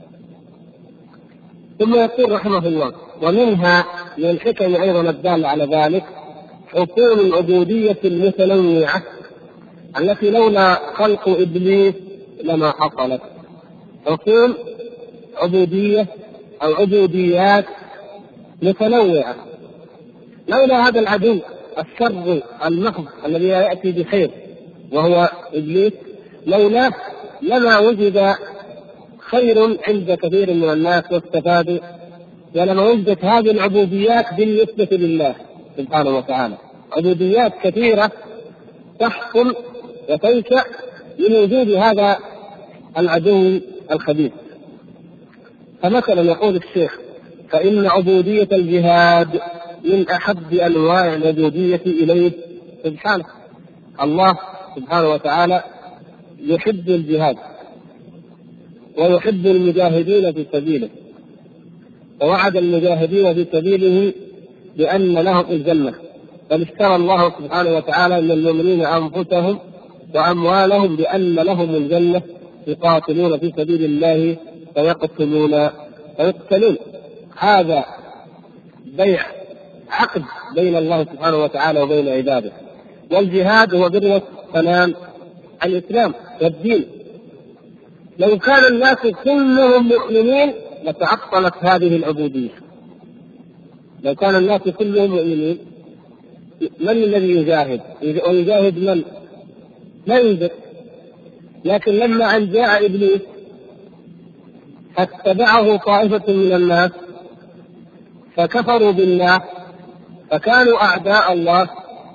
ثم يقول رحمه الله: ومنها من الحكم أيضا الدالة على ذلك حصول العبودية المتنوعة التي لولا خلق إبليس لما حصلت. حصول عبودية أو عبوديات متنوعة لولا هذا العدو الشر المحض الذي لا يأتي بخير وهو إبليس، لولا لما وجد خير عند كثير من الناس واستفادوا، ولما وجدت هذه العبوديات بالنسبة لله سبحانه وتعالى. عبوديات كثيرة تحصل وتنشأ من وجود هذا العدو الخبيث. فمثلا يقول الشيخ: فإن عبودية الجهاد من أحب أنواع العبودية إليه سبحانه. الله سبحانه وتعالى يحب الجهاد ويحب المجاهدين في سبيله، ووعد المجاهدين في سبيله بأن لهم الجنة، بل اشترى الله سبحانه وتعالى من المؤمنين أنفسهم وأموالهم بأن لهم الجنة يقاتلون في سبيل الله فيقتلون. هذا بيع عقد بين الله سبحانه وتعالى وبين عباده. والجهاد هو ذروة سنام الإسلام والدين. لو كان الناس كلهم مؤمنين لتعطلت هذه العبودية. لو كان الناس كلهم مؤمنين من الذي يجاهد؟ ويجاهد من؟ لا يوجد. لكن لما أن جاء إبليس فاتبعه طائفة من الناس فكفروا بالله فكانوا أعداء الله،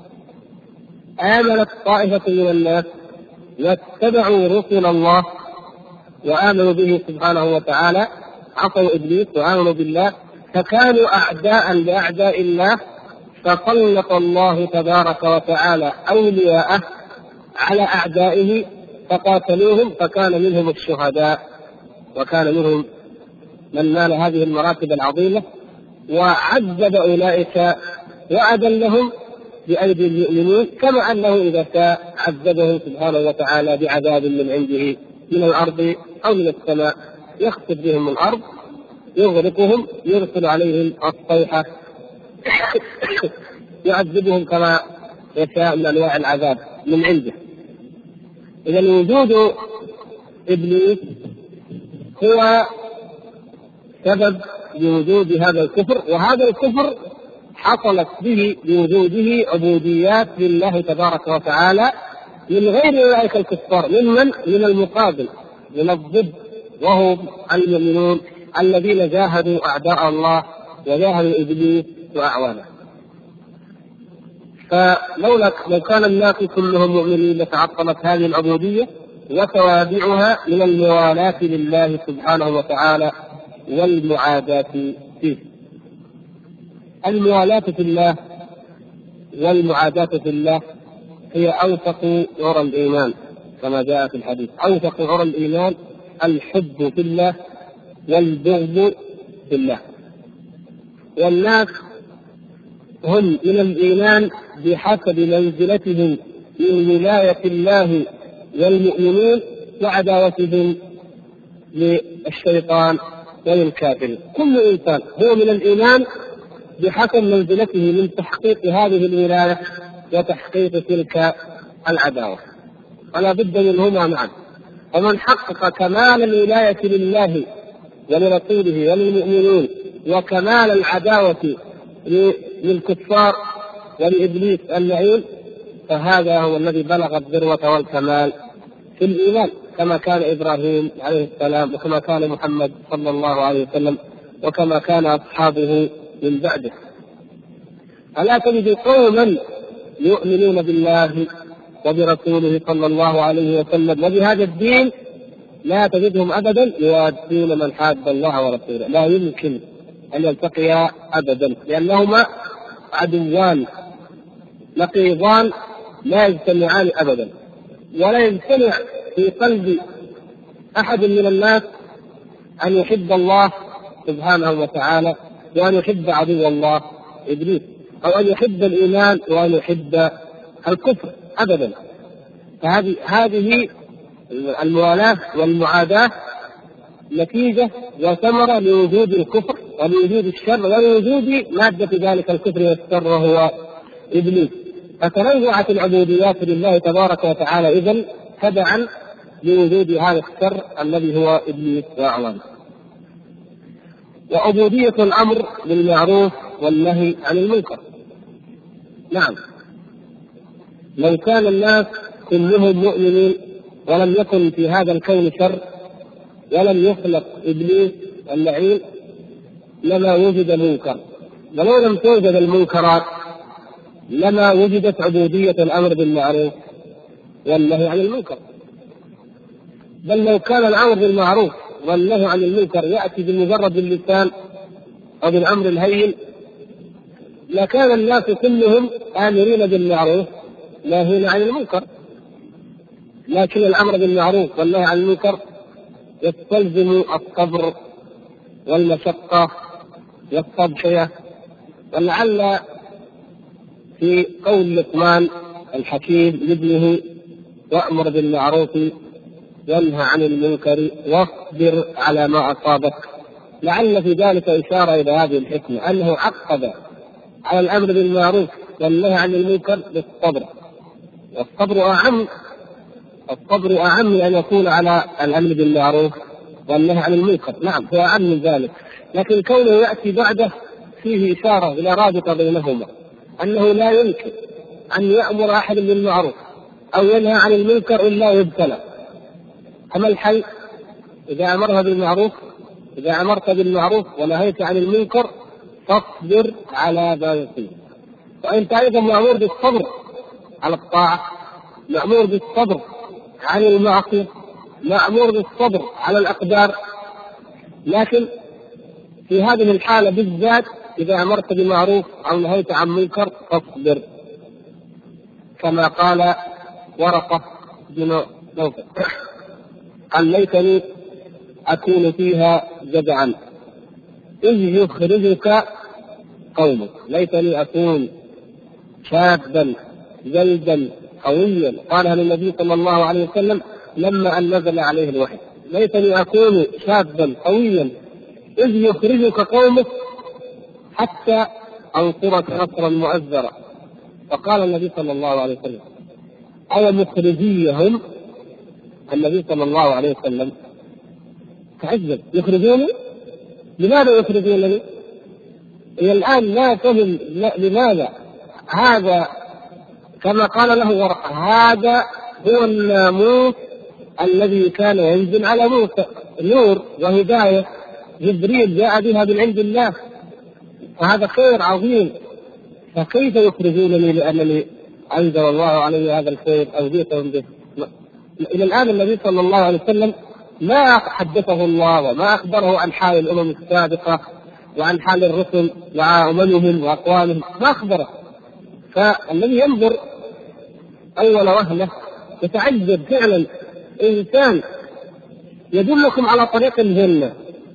آمنت طائفة من الناس واتبعوا رسل الله وآمنوا به سبحانه وتعالى، عصوا إبليس وآمنوا بالله فكانوا أعداء لأعداء الله، فسلط الله تبارك وتعالى أولياءه على أعدائه فقاتلوهم، فكان منهم الشهداء وكان منهم من نال هذه المراتب العظيمة، وعذب أولئك وأذلهم بأيدي المؤمنين، كما أنه إذا شاء عذبهم سبحانه وتعالى بعذاب من عنده من الأرض أو من السماء، يخسف بهم الأرض يغرقهم، يرسل عليهم الصيحة يعذبهم كما يشاء من أنواع العذاب من عنده. إذا وجود إبليس هو سبب لوجود هذا الكفر، وهذا الكفر حصلت به بوجوده عبوديات لله تبارك وتعالى من غير أولئك الكفار، من المقابل، من الضد، وهم المؤمنون الذين جاهدوا أعداء الله وجاهدوا إبليس وأعوانه. لو كان الناس كلهم مؤمنين لتعطلت هذه العبودية وتوابعها من الموالاة لله سبحانه وتعالى والمعاداة فيه. الموالاة في الله والمعاداة في الله هي أوثق عرى الإيمان، كما جاء في الحديث: أوثق عرى الإيمان الحب في الله والبغض في الله. والناس هم من الإيمان بحسب منزلتهم من ولاية الله والمؤمنين وعداوتهم للشيطان وللكافر. كل إنسان هو من الإيمان بحسب منزلته من تحقيق هذه الولاية وتحقيق تلك العداوة، ولا بد منهما معا. ومن حقق كمال الولاية لله ولرسوله وللمؤمنين وكمال العداوة للكفار ولإبليس اللعين، فهذا هو الذي بلغ الذروة والكمال في الإيمان، كما كان إبراهيم عليه السلام، وكما كان محمد صلى الله عليه وسلم، وكما كان أصحابه من بعده. ألا تجد قوما يؤمنون بالله وبرسوله صلى الله عليه وسلم وبهذا الدين لا تجدهم أبدا يوادون من حاد الله ورسوله، لا يمكن أن يلتقيا أبدا، لأنهما عدوان نقيضان لا يجتمعان أبدا. ولا يجتمع في قلب أحد من الناس أن يحب الله سبحانه وتعالى وأن يحب عدو الله إبليس، أو أن يحب الإيمان وأن يحب الكفر أبدا. هذه الموالاة والمعاداة نتيجة وثمرة لوجود الكفر ولوجود الشر ولوجود مادة ذلك الكفر والشر وهو إبليس. فتنوعت العبوديات لله تبارك وتعالى إذن تبعا لوجود هذا الشر الذي هو إبليس وأعوانه. وعبودية الأمر بالمعروف والنهي عن المنكر. نعم، لو كان الناس كلهم مؤمنين ولم يكن في هذا الكون شر ولم يخلق إبليس اللعين لما وجد منكر، ولو لم توجد المنكرات لما وجدت عبودية الأمر بالمعروف والنهي عن المنكر. بل لو كان الأمر بالمعروف والنهي عن المنكر يأتي بمجرد اللسان أو بالأمر الهين لكان الناس كلهم آمرين بالمعروف ناهين عن المنكر. لكن الأمر بالمعروف والنهي عن المنكر يستلزم الصبر والمشقة والتضحية. ولعل في قول لقمان الحكيم لابنه وأمر بالمعروف وانهى عن المنكر واصبر على ما أصابك، لعل في ذلك إشارة إلى هذه الحكمة أنه عقد على الأمر بالمعروف والنهي عن المنكر بالصبر، والصبر أعم من أن يكون على الأمر بالمعروف والنهي عن المنكر. نعم، هو أعم من ذلك، لكن كونه يأتي بعده فيه إشارة إلى رابطة بينهما، أنه لا يمكن أن يأمر أحد بالمعروف أو ينهى عن المنكر إلا يبتلى. أما الحل إذا أمرت بالمعروف ونهيت عن المنكر فاصبر على ما يصيب. وأنت أيضا مأمور بالصبر على الطاعة، مأمور بالصبر عن المعصية، مأمور بالصبر على الأقدار. لكن في هذه الحالة بالذات إذا أمرت بمعروف أو نهيت عن منكر فاصبر، كما قال ورقة بن نوفل قال ليتني أكون فيها جدعا إذ يخرجك قومك. ليتني أكون شابا جلدا قويا، قالها للنبي صلى الله عليه وسلم لما أن نزل عليه الوحي. ليتني أكون شابا قويا إذ يخرجك قومك حتى أنصرك نصرا مؤزرا. فقال النبي صلى الله عليه وسلم أو مخرجيهم. النبي صلى الله عليه وسلم تعجب، يخرجوني؟ لماذا يخرجونني؟ إلى الآن لا فهم لماذا. هذا كما قال له ورقة هذا هو الناموس الذي كان ينزل على موسى، نور وهداية جبريل جاء بها من عند الله، فهذا خير عظيم، فكيف يخرجونني لأنني أنزل الله علي هذا الخير أو جئتهم به؟ إلى الآن النبي صلى الله عليه وسلم ما حدثه الله وما أخبره عن حال الأمم السابقة وعن حال الرسل مع أممهم وأقوامهم، ما أخبره. فالذي ينظر أول وهلة يتعجب فعلا، إنسان يدلكم على طريق الجنة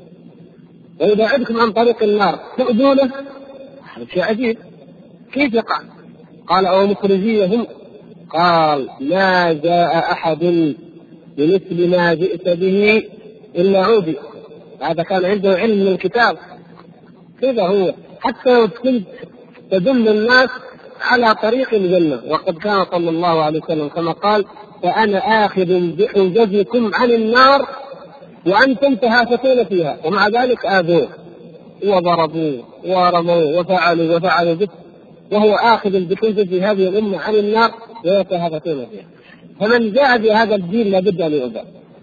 ويبعدكم عن طريق النار تؤذونه، هذا شيء عجيب. كيف يقع؟ قال أو مخرجيهم، قال ما جاء أحد بمثل ما جئت به إلا عودي. هذا كان عنده علم من الكتاب، كذا هو حتى لو كنت تدل الناس على طريق الجنة. وقد كان صلى الله عليه وسلم كما قال فأنا آخذ بحجزكم عن النار وأنتم تهافتون فيها، ومع ذلك آذوه وضربوه ورموه وفعلوا به، وهو آخذ بحجز هذه الأمة عن النار ويتهافتون فيها. فمن جاء بهذا الدين لابد أن يؤذى.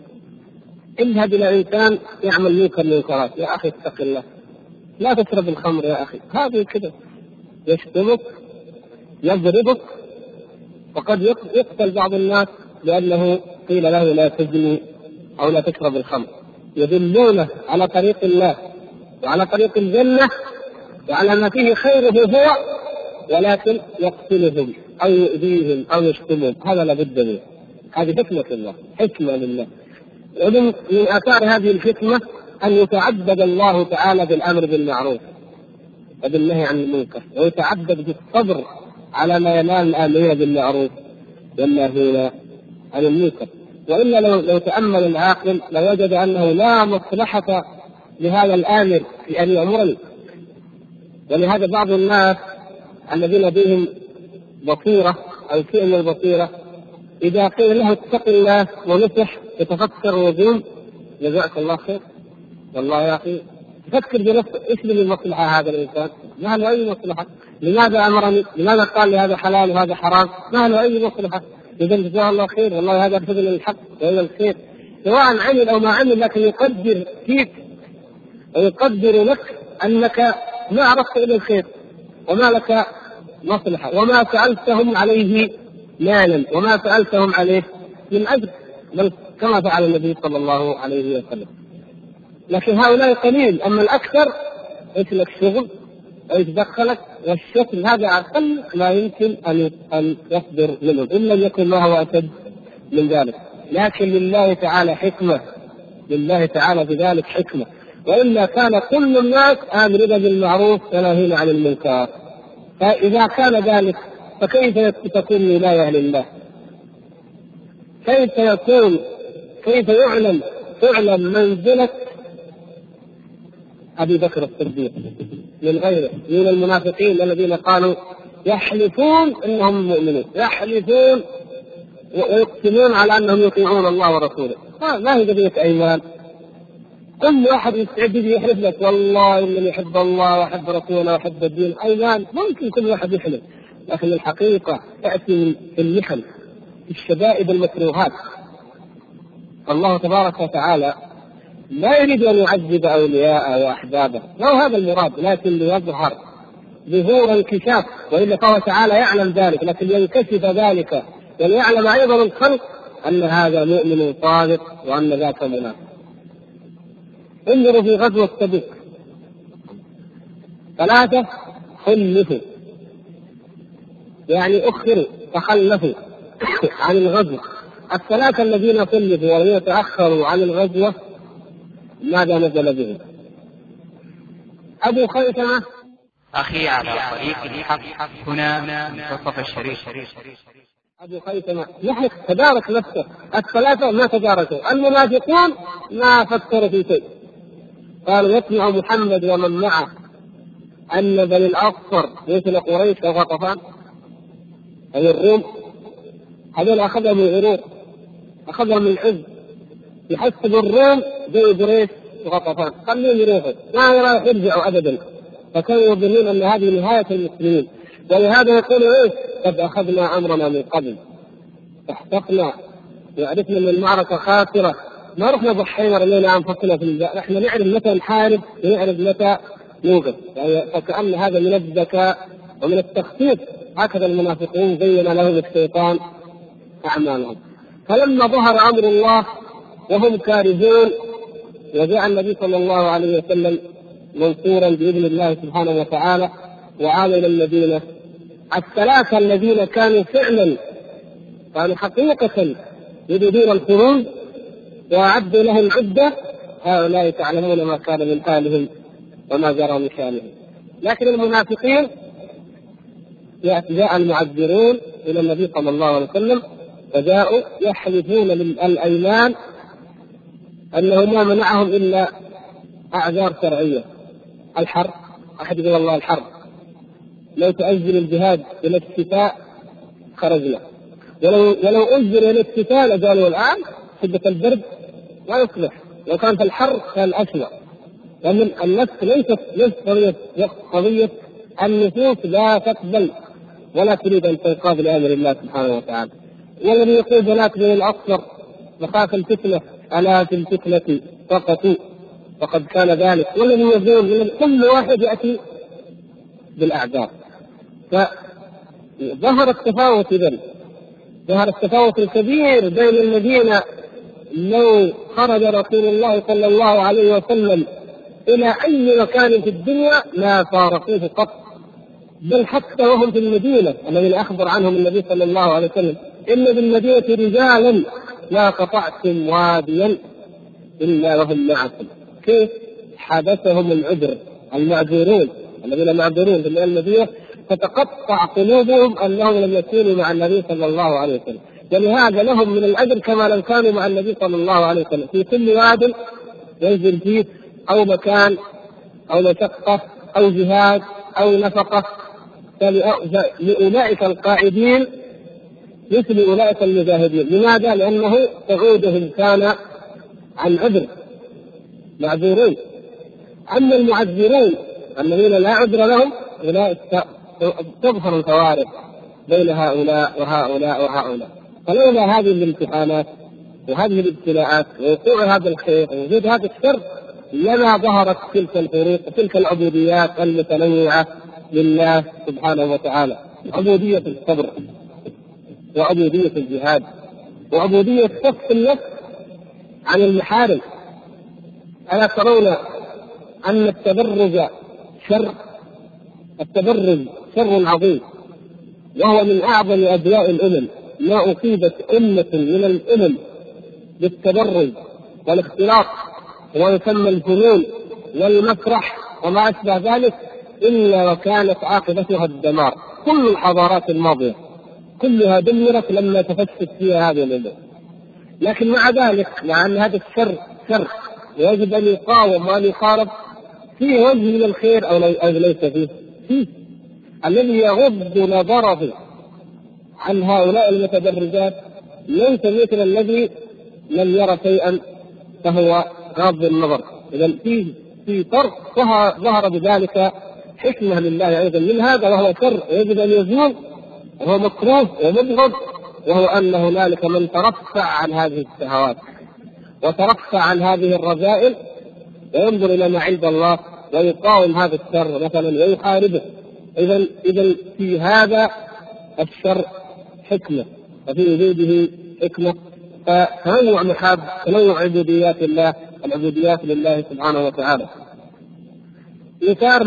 اذهب إلى إنسان يعمل منكر من منكرات، يا أخي اتق الله، لا تشرب الخمر يا أخي، هذه كده يشتمك يضربك، وقد يقتل بعض الناس لأنه قيل له لا تزني أو لا تشرب الخمر. يدلونه على طريق الله وعلى طريق الجنة وعلى ما فيه خيره هو، ولكن يقتلهم أو يؤذيهم أو يشتمهم. هذا لابد منه، هذه حكمة الله، حكمة لله. ومن آثار هذه الحكمة أن يتعبد الله تعالى بالأمر بالمعروف وبالنهي عن المنكر، ويتعبد بالصبر على ما ينال الآمرين بالمعروف والناهين عن المنكر. وإلا لو تأمل العاقل لوجد أنه لا مصلحة لهذا الآمر في أن يأمرني. ولهذا بعض الناس الذين بهم بصيرة أو شيء من البصيرة إذا قيل له اتق الله ونصح يتفكر ويقول جزاك الله خير، والله يا أخي تفكر بنفسك إيش من المصلحة هذا الإنسان؟ ما له أي مصلحة. لماذا أمرني؟ لماذا قال لي هذا حلال وهذا حرام؟ ما له أي مصلحة. إذا جزاه الله خير، والله هذا سبيل الحق وإلى الخير، سواء عمل أو ما عمل، لكن يقدر فيك ويقدر لك أنك ما عرفت إلى الخير وما لك مصلحة، وما سألتهم عليه مالا وما سألتهم عليه من أجل، بل كما فعل النبي صلى الله عليه وسلم. لكن هؤلاء قليل، أما الأكثر إيش لك شغل ويتدخلك، والشكل هذا أقل ما يمكن أن يصدر منهم، إن لم يكن ما هو أشد من ذلك. لكن لله تعالى حكمة، لله تعالى بذلك حكمة، وإلا كان كل الناس آمرين بالمعروف وناهين عن المنكر. فإذا كان ذلك فكيف تكون ولاية لله؟ كيف تعلم منزلة أبي بكر الصديق من غيره من المنافقين الذين قالوا يحلفون إنهم مؤمنون، يحلفون ويقسمون على أنهم يطيعون الله ورسوله. ما هي قضية أيمان. كل واحد يستعد يحلف لك والله إنني يحب الله وأحب رسوله وأحب الدين. أيمان ممكن كل واحد يحلف، لكن الحقيقة تأتي في اللحن، في الشدائد المكروهات. الله تبارك وتعالى لا يريد أن يعذب أولياءه وأحبابه، لا هذا المراد، لكن ليظهر ظهور انكشاف، وإلا فهو تعالى يعلم ذلك، لكن ينكشف ذلك وليعلم أيضا الخلق أن هذا مؤمن صادق وأن ذاك منافق. انظروا في غزوة تبوك 3 خلفوا، يعني أخروا تخلفوا عن الغزوة. 3 الذين خلفوا ولم يتأخروا عن الغزوة ماذا نزل بهم؟ أبو خيثمة أخي على طريق الحق هنا منتصف الشريف. أبو خيثمة نحن تدارك نفسه، 3 ما تداركوا، المنافقون ما فكروا في شيء، قالوا يسمع محمد ومن معه أن بني الأصفر مثل قريش أو غطفان أو الروم، هذول أخذهم من الغرور، أخذهم من العز، يحسب الروم زي قريش وغطفان، خليهم يروحوا ما يرجعوا أبدا. فكانوا يظنون أن هذه نهاية المسلمين، ولهذا يقولوا إيش؟ قد أخذنا أمرنا من قبل فاحتقنا وعرفنا أن المعركة خاسرة، ما رحنا ضحينا رمينا أنفسنا في الجاء، نحن نعرف متى نحارب ونعرف متى نوقف. يعني فكأن هذا من الذكاء ومن التخطيط، هكذا المنافقون زين لهم الشيطان أعمالهم. فلما ظهر أمر الله وهم كارهون وجاء النبي صلى الله عليه وسلم منصورا بإذن الله سبحانه وتعالى وعاد إلى المدينة، 3 الذين كانوا فعلا كانوا حقيقة يريدون الخروج وأعدوا لهم عدة، هؤلاء تعلمون ما كان من حالهم وما جرى من شانهم. لكن المنافقين جاء المعذرون إلى النبي صلى الله عليه وسلم فجاءوا يحلفون للأيمان أنه ما منعهم إلا أعذار شرعية، الحرب، أحد يقول الله الحرب، لو تأجل الجهاد إلى الشتاء خرجنا، ولو أجل إلى الشتاء لقالوا الآن شدة البرد لا يصلح، لو كانت الحر كان أسوأ. لأن النفس ليست قضية النفوس لا تقبل ولا تريد أن تنقاد لأمر الله سبحانه وتعالى. والذي يقول بنات من الأصفر وخاف الفتنة ألا في الفتنة سقطوا وقد كان ذلك، والذي يقول كل واحد يأتي بالأعذار. فظهر التفاوت، إذن ظهر التفاوت الكبير بين الذين لو خرج رسول الله صلى الله عليه وسلم إلى أي مكان في الدنيا لا فارقوه قط، بل حتى وهم في المدينة الذين أخبر عنهم النبي صلى الله عليه وسلم إن بالمدينة رجالا لا قطعتم واديا إلا وهم معكم. كيف حدثهم العذر، المعذورون الذين معذورون في المدينة فتقطع قلوبهم أنهم لم يكونوا مع النبي صلى الله عليه وسلم. ولهذا لهم من الأجر كما لو كانوا مع النبي صلى الله عليه وسلم في كل واد ينزل فيه، أو مكان أو مشقة أو جهاد أو نفقة، لأولئك القائدين مثل أولئك المجاهدين. لماذا؟ لأنه تعودهم كان عن عذر، معذورين. أما المعذرون الذين لا عذر لهم أولئك تظهر الفوارق بين هؤلاء وهؤلاء وهؤلاء. فلولا هذه الامتحانات وهذه الابتلاءات ووقوع هذا الخير ووجود هذا الشر لما ظهرت تلك الفروق وتلك العبوديات المتنوعة لله سبحانه وتعالى، عبودية الصبر وعبودية الجهاد وعبودية كف النفس عن المحارم. ألا ترون أن التبرج شر؟ التبرج شر عظيم، وهو من أعظم أدواء الأمم. ما أصيبت أمة من الأمم بالتبرج والاختلاط وما يسمى الفنون والمسرح وما أشبه ذلك إلا وكانت عاقبتها الدمار. كل الحضارات الماضية كلها دمرت لما تفشت فيها هذه الأمم. لكن مع ذلك، مع أن هذا الشر شر ويجب أن يقاوم وأن يحارب، فيه وجه من الخير أو ليس فيه؟ الذي يغض نظره عن هؤلاء المتدرجات ليس مثل الذي لم يرى شيئا فهو غاض النظر. إذا في فرق ظهر بذلك حكمة لله أيضا من هذا، وهو شر يجب أن يزول وهو مكروه ومبغض، وهو أن هنالك من ترفع عن هذه الشهوات وترفع عن هذه الرذائل وينظر إلى ما عند الله ويقاوم هذا الشر مثلا ويحاربه. إذا في هذا الشر حكمة وفي وجوده حكمة. فتنوع محاب، تنوع عبوديات الله، العبوديات لله سبحانه وتعالى. إيثار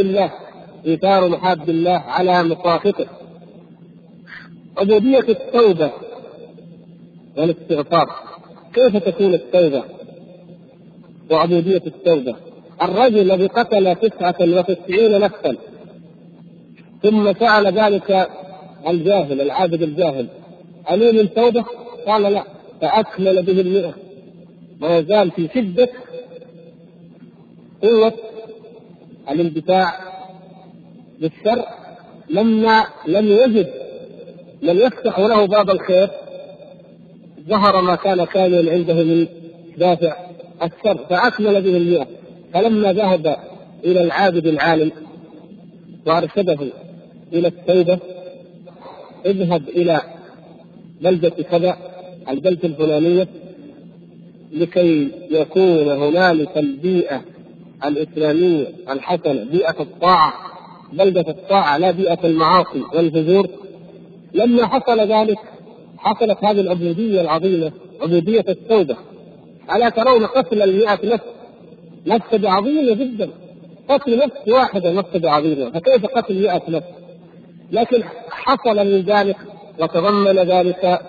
محاب الله على مخافته. عبودية التوبة والاستغفار. كيف تكون التوبة وعبودية التوبة؟ الرجل الذي قتل 99 نفسا ثم فعل ذلك الجاهل العابد الجاهل، أليه من توبة؟ قال لا، فأكمل به 100 ويزال في شدة قوة الاندفاع بالشر. لما لم يجد من يفتح له باب الخير ظهر ما كان كاملا عنده من دافع الشر، فأكمل به 100. فلما ذهب إلى العابد العالم وأرشده إلى التوبة، اذهب إلى بلدة كذا، البلدة الفلانية، لكي يكون هنالك البيئة الإسلامية الحسنة، بيئة الطاعة، بلدة الطاعة لا بيئة المعاصي والفجور. لما حصل ذلك حصلت هذه العبودية العظيمة، عبودية التوبة. ألا ترون قتل 100 نفس عظيمة جدا؟ قتل نفس واحدة نفس عظيمة، فكيف قتل 100 نفس؟ لكن حصل من ذلك وتضمن ذلك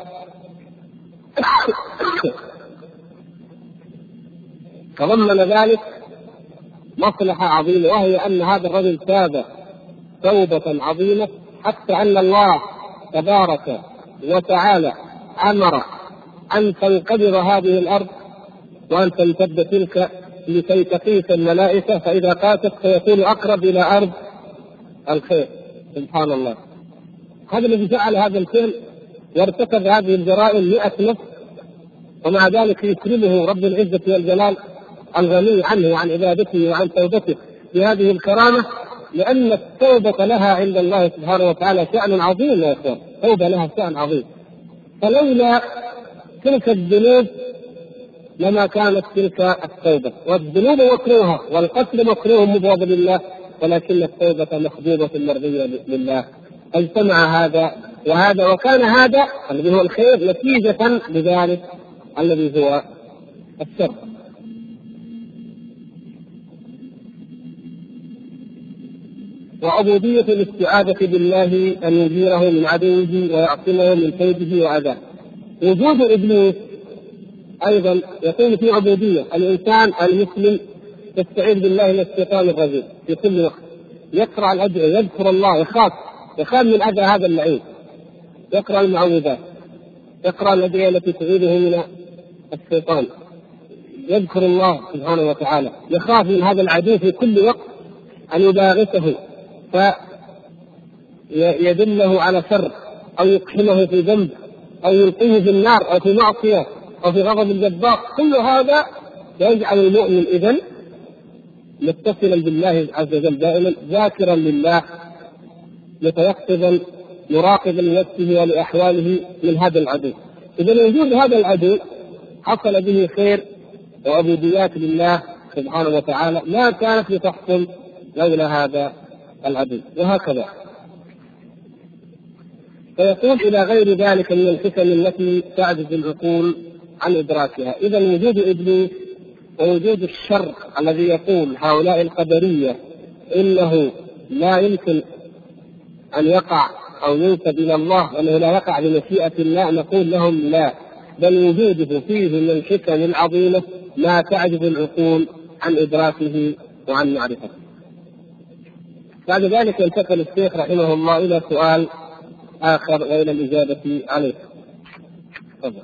مصلحة عظيمة، وهي أن هذا الرجل تاب توبة عظيمة، حتى أن الله تبارك وتعالى أمر أن تنقبض هذه الأرض وأن تمتد تلك لكي تقيس الملائكة، فإذا قاتت فيكون أقرب إلى أرض الخير. سبحان الله، هذا الذي فعل هذا الفعل وارتكب هذه الجرائم 100 نفس، ومع ذلك يكرمه رب العزة والجلال الغني عنه وعن عبادته وعن توبته بهذه الكرامة، لأن التوبة لها عند الله سبحانه وتعالى شأن عظيم يا إخوان. التوبة لها شأن عظيم، فلولا تلك الذنوب لما كانت تلك التوبة. والذنوب مكروهة والقتل مكروه مبغض لله، ولكن التوبة محبوبة مرضية لله. اجتمع هذا وهذا، وكان هذا الذي هو الخير نتيجة لذلك الذي هو الشر. وعبودية الاستعاذة بالله أن يجيره من عدوه ويعصمه من كيده وأذاه. وجود إبليس أيضا يكون في عبودية. الإنسان المسلم يستعيذ بالله من الشيطان الرجيم في كل وقت، يقرأ الأدعية، يذكر الله، يخاف من أذى هذا اللعين، يقرأ المعوذات. يقرأ الأدعية التي تعيده من الشيطان، يذكر الله سبحانه وتعالى، يخاف من هذا العدو في كل وقت أن يباغته فيدله على شر أو يقحمه في ذنب أو يلقيه في النار أو في معصية أو في غضب الجبار. كل هذا يجعل المؤمن إذن متصلا بالله عز وجل دائما، ذاكرا لله، متيقظا مراقبا لنفسه ولأحواله من هذا العدو. إذا وجود هذا العدو حصل به خير وعبوديات لله سبحانه وتعالى ما كانت لتحصل لولا هذا العدو، وهكذا. فيقول إلى غير ذلك من الحكم التي تعجز العقول عن إدراكها. إذا وجود إبليس ووجود الشر الذي يقول هؤلاء القدرية إنه لا يمكن أن يقع أو ينسب إلى الله وأنه لا يقع بمشيئة الله، نقول لهم لا، بل وجوده فيه من الحكم العظيمة ما تعجز العقول عن إدراكه وعن معرفته. بعد ذلك ينتقل الشيخ رحمه الله إلى سؤال آخر وإلى الإجابة عليه. تفضل.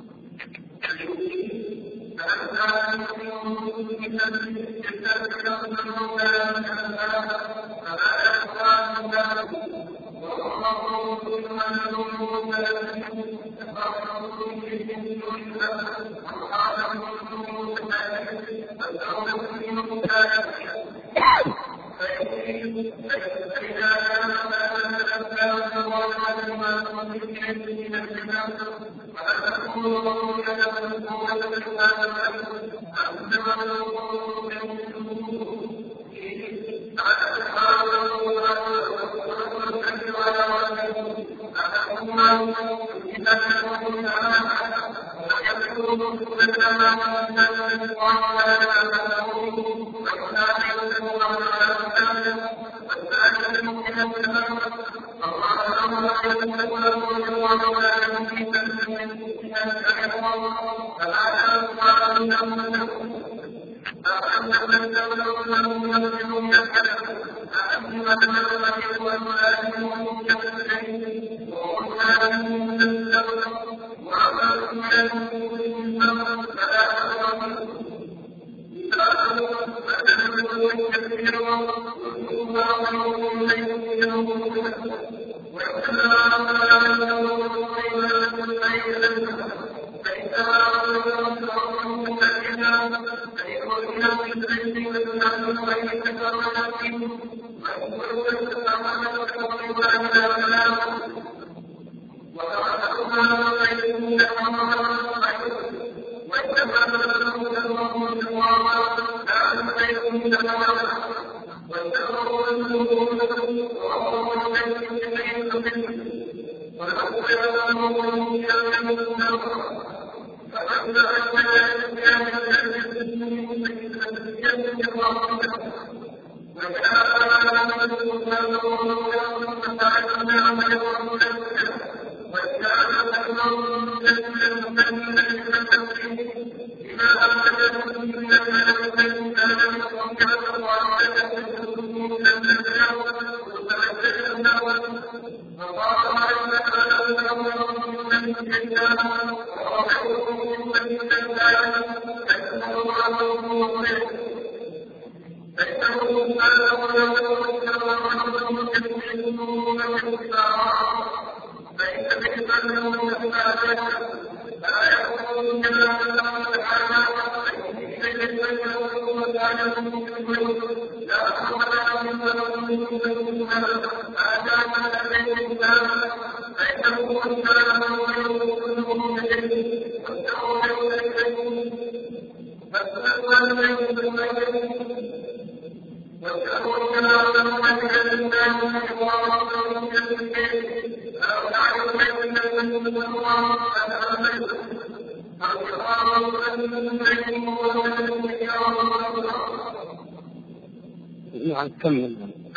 نعم كمل.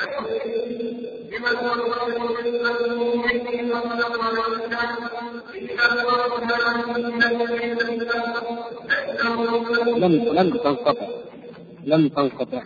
لم تنقطع.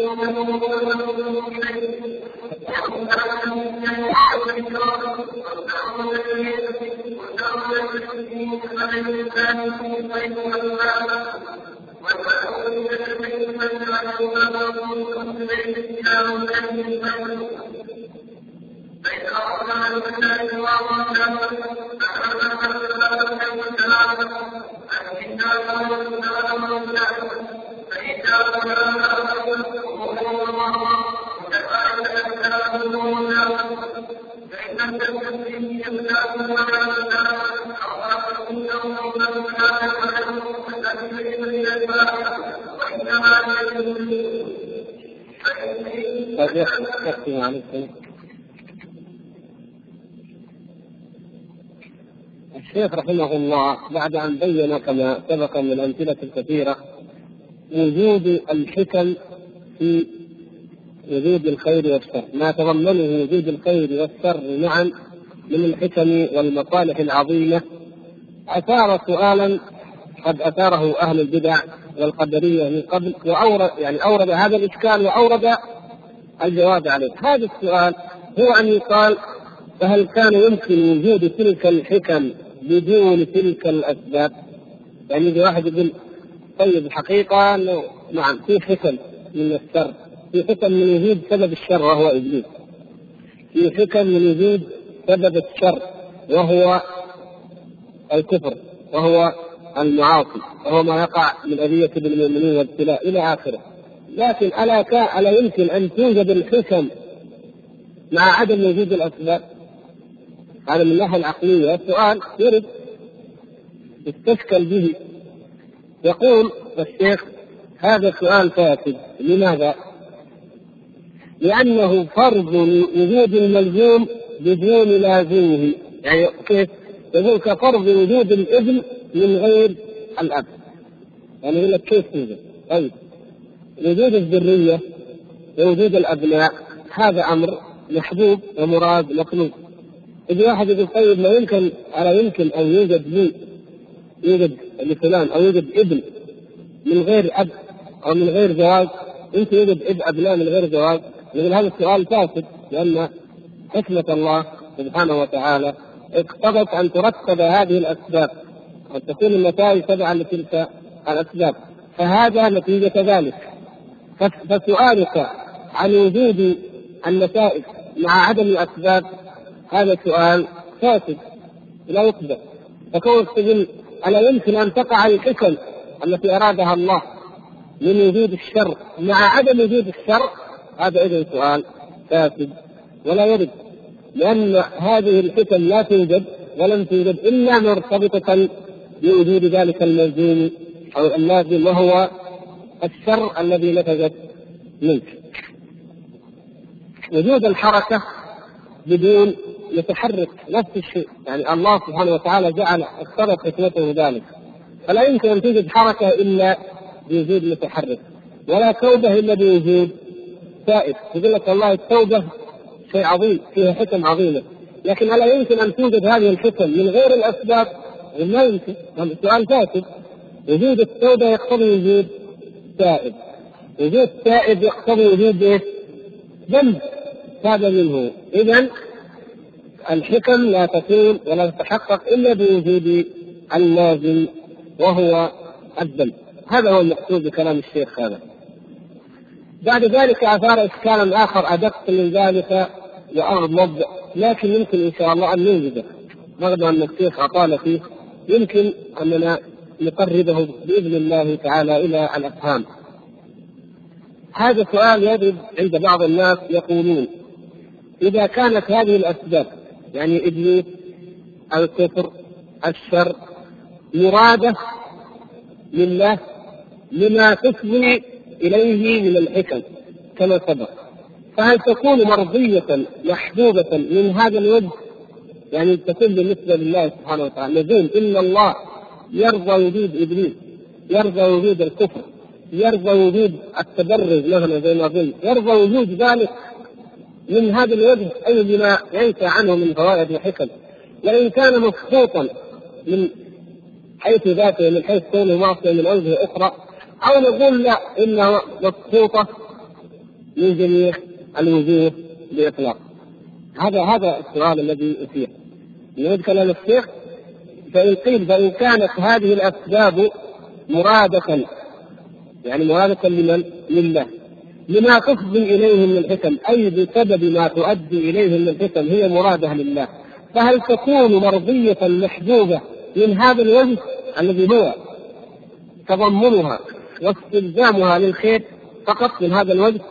الشيخ رحمه الله بعد أن بين كما سبق من الأمثلة الكثيرة وجود الحكم في وجود الخير والشر، ما تضمنه وجود الخير والشر معا من الحكم والمصالح العظيمة، أثار سؤالا قد أثاره أهل البدع والقدرية من قبل، أورد هذا الإشكال وأورد الجواب عليه. هذا السؤال هو أن يقال: فهل كان يمكن وجود تلك الحكم بدون تلك الأسباب؟ يعني إذا واحد يقول طيب الحقيقة أنه نعم في حكم من الشر، في حكم من وجود سبب الشر وهو إبليس، في حكم من وجود سبب الشر وهو الكفر وهو المعاصي وهو ما يقع من أذية بالمؤمنين وابتلاء إلى آخره، لكن ألا يمكن أن توجد الحكم مع عدم وجود الأسباب؟ هذا من الناحية العقلية السؤال يرد يستشكل به. يقول الشيخ: هذا السؤال فاسد. لماذا؟ لأنه فرض وجود الملزوم بدون لازمه. يعني كيف؟ يقول كفرض وجود الابن من غير الأب. يعني يقول لك كيف توجد؟ طيب وجود الذرية ووجود الأبناء هذا أمر محبوب ومراد مطلوب. إذا واحد يقول طيب ما يمكن أن يوجد لفلان أو يوجد ابن من غير أب أو من غير زواج، أنت يوجد أبناء من غير زواج، يقول هذا السؤال فاسد، لأن حكمة الله سبحانه وتعالى اقتضت أن ترتب هذه الأسباب وأن تكون النتائج تبعا لتلك الأسباب، فهذا نتيجة ذلك. فسؤالك عن وجود النتائج مع عدم الأسباب هذا سؤال فاسد لا يقبل. فكون تقول ألا يمكن أن تقع الحكم التي أرادها الله من وجود الشر مع عدم وجود الشر، هذا إذن سؤال فاسد ولا يرد، لأن هذه الحكم لا توجد ولم توجد إلا مرتبطة بوجود ذلك الملزوم أو اللازم وهو الشر الذي نتجت منك. وجود الحركة بدون يتحرك نفس الشيء، يعني الله سبحانه وتعالى جعل اقتضت حكمته ذلك، فلا يمكن أن توجد حركة إلا بوجود متحرك، ولا توبة إلا بوجود تائب. يقول لك والله التوبة شيء عظيم فيها حكم عظيمة، لكن ألا يمكن أن توجد هذه الحكم من غير الأسباب؟ ما يمكن. السؤال فاسد. وجود التوبة يقتضي وجود تائب، وجود تائب يقتضي وجود ذنب تاب منه. إذن الحكم لا تكون ولا تتحقق إلا بوجود اللازم وهو الذنب. هذا هو المقصود بكلام الشيخ هذا. بعد ذلك أثار إشكالا آخر أدق من ذلك وأغمض، لكن يمكن إن شاء الله أن نوجده رغم أن الشيخ أطال فيه، يمكن أننا نقربه بإذن الله تعالى إلى الأفهام. هذا سؤال يرد عند بعض الناس، يقولون إذا كانت هذه الأسباب يعني إبليس الكفر الشر مرادة لله لما تفضي إليه من الحكم كما سبق، فهل تكون مرضية محبوبة من هذا الوجه؟ يعني تكون بالنسبة لله سبحانه وتعالى نقول إن الله يرضى وجود إبليس، يرضى وجود الكفر، يرضى وجود التبرج مثلا زي ما قلت، يرضى وجود ذلك من هذا الوجه أي بما ينسى عنه من فوائد وحكم. وإن كان مسقوطا من حيث ذاته من حيث كونه معصية من أوجه أخرى، أو نقول لا إنه مسقوطة من جميع الوجوه بإطلاق؟ هذا السؤال الذي أثير. نريد كلام الشيخ. فإن قيل فإن كانت هذه الأسباب مرادة، يعني مرادة لمن؟ لله، لما تفضي إليه من الحكم، أي بسبب ما تؤدي إليه من الحكم هي مرادة لله، فهل تكون مرضية محجوبة من هذا الوجه الذي هو تضمنها واستلزامها للخير فقط من هذا الوجه،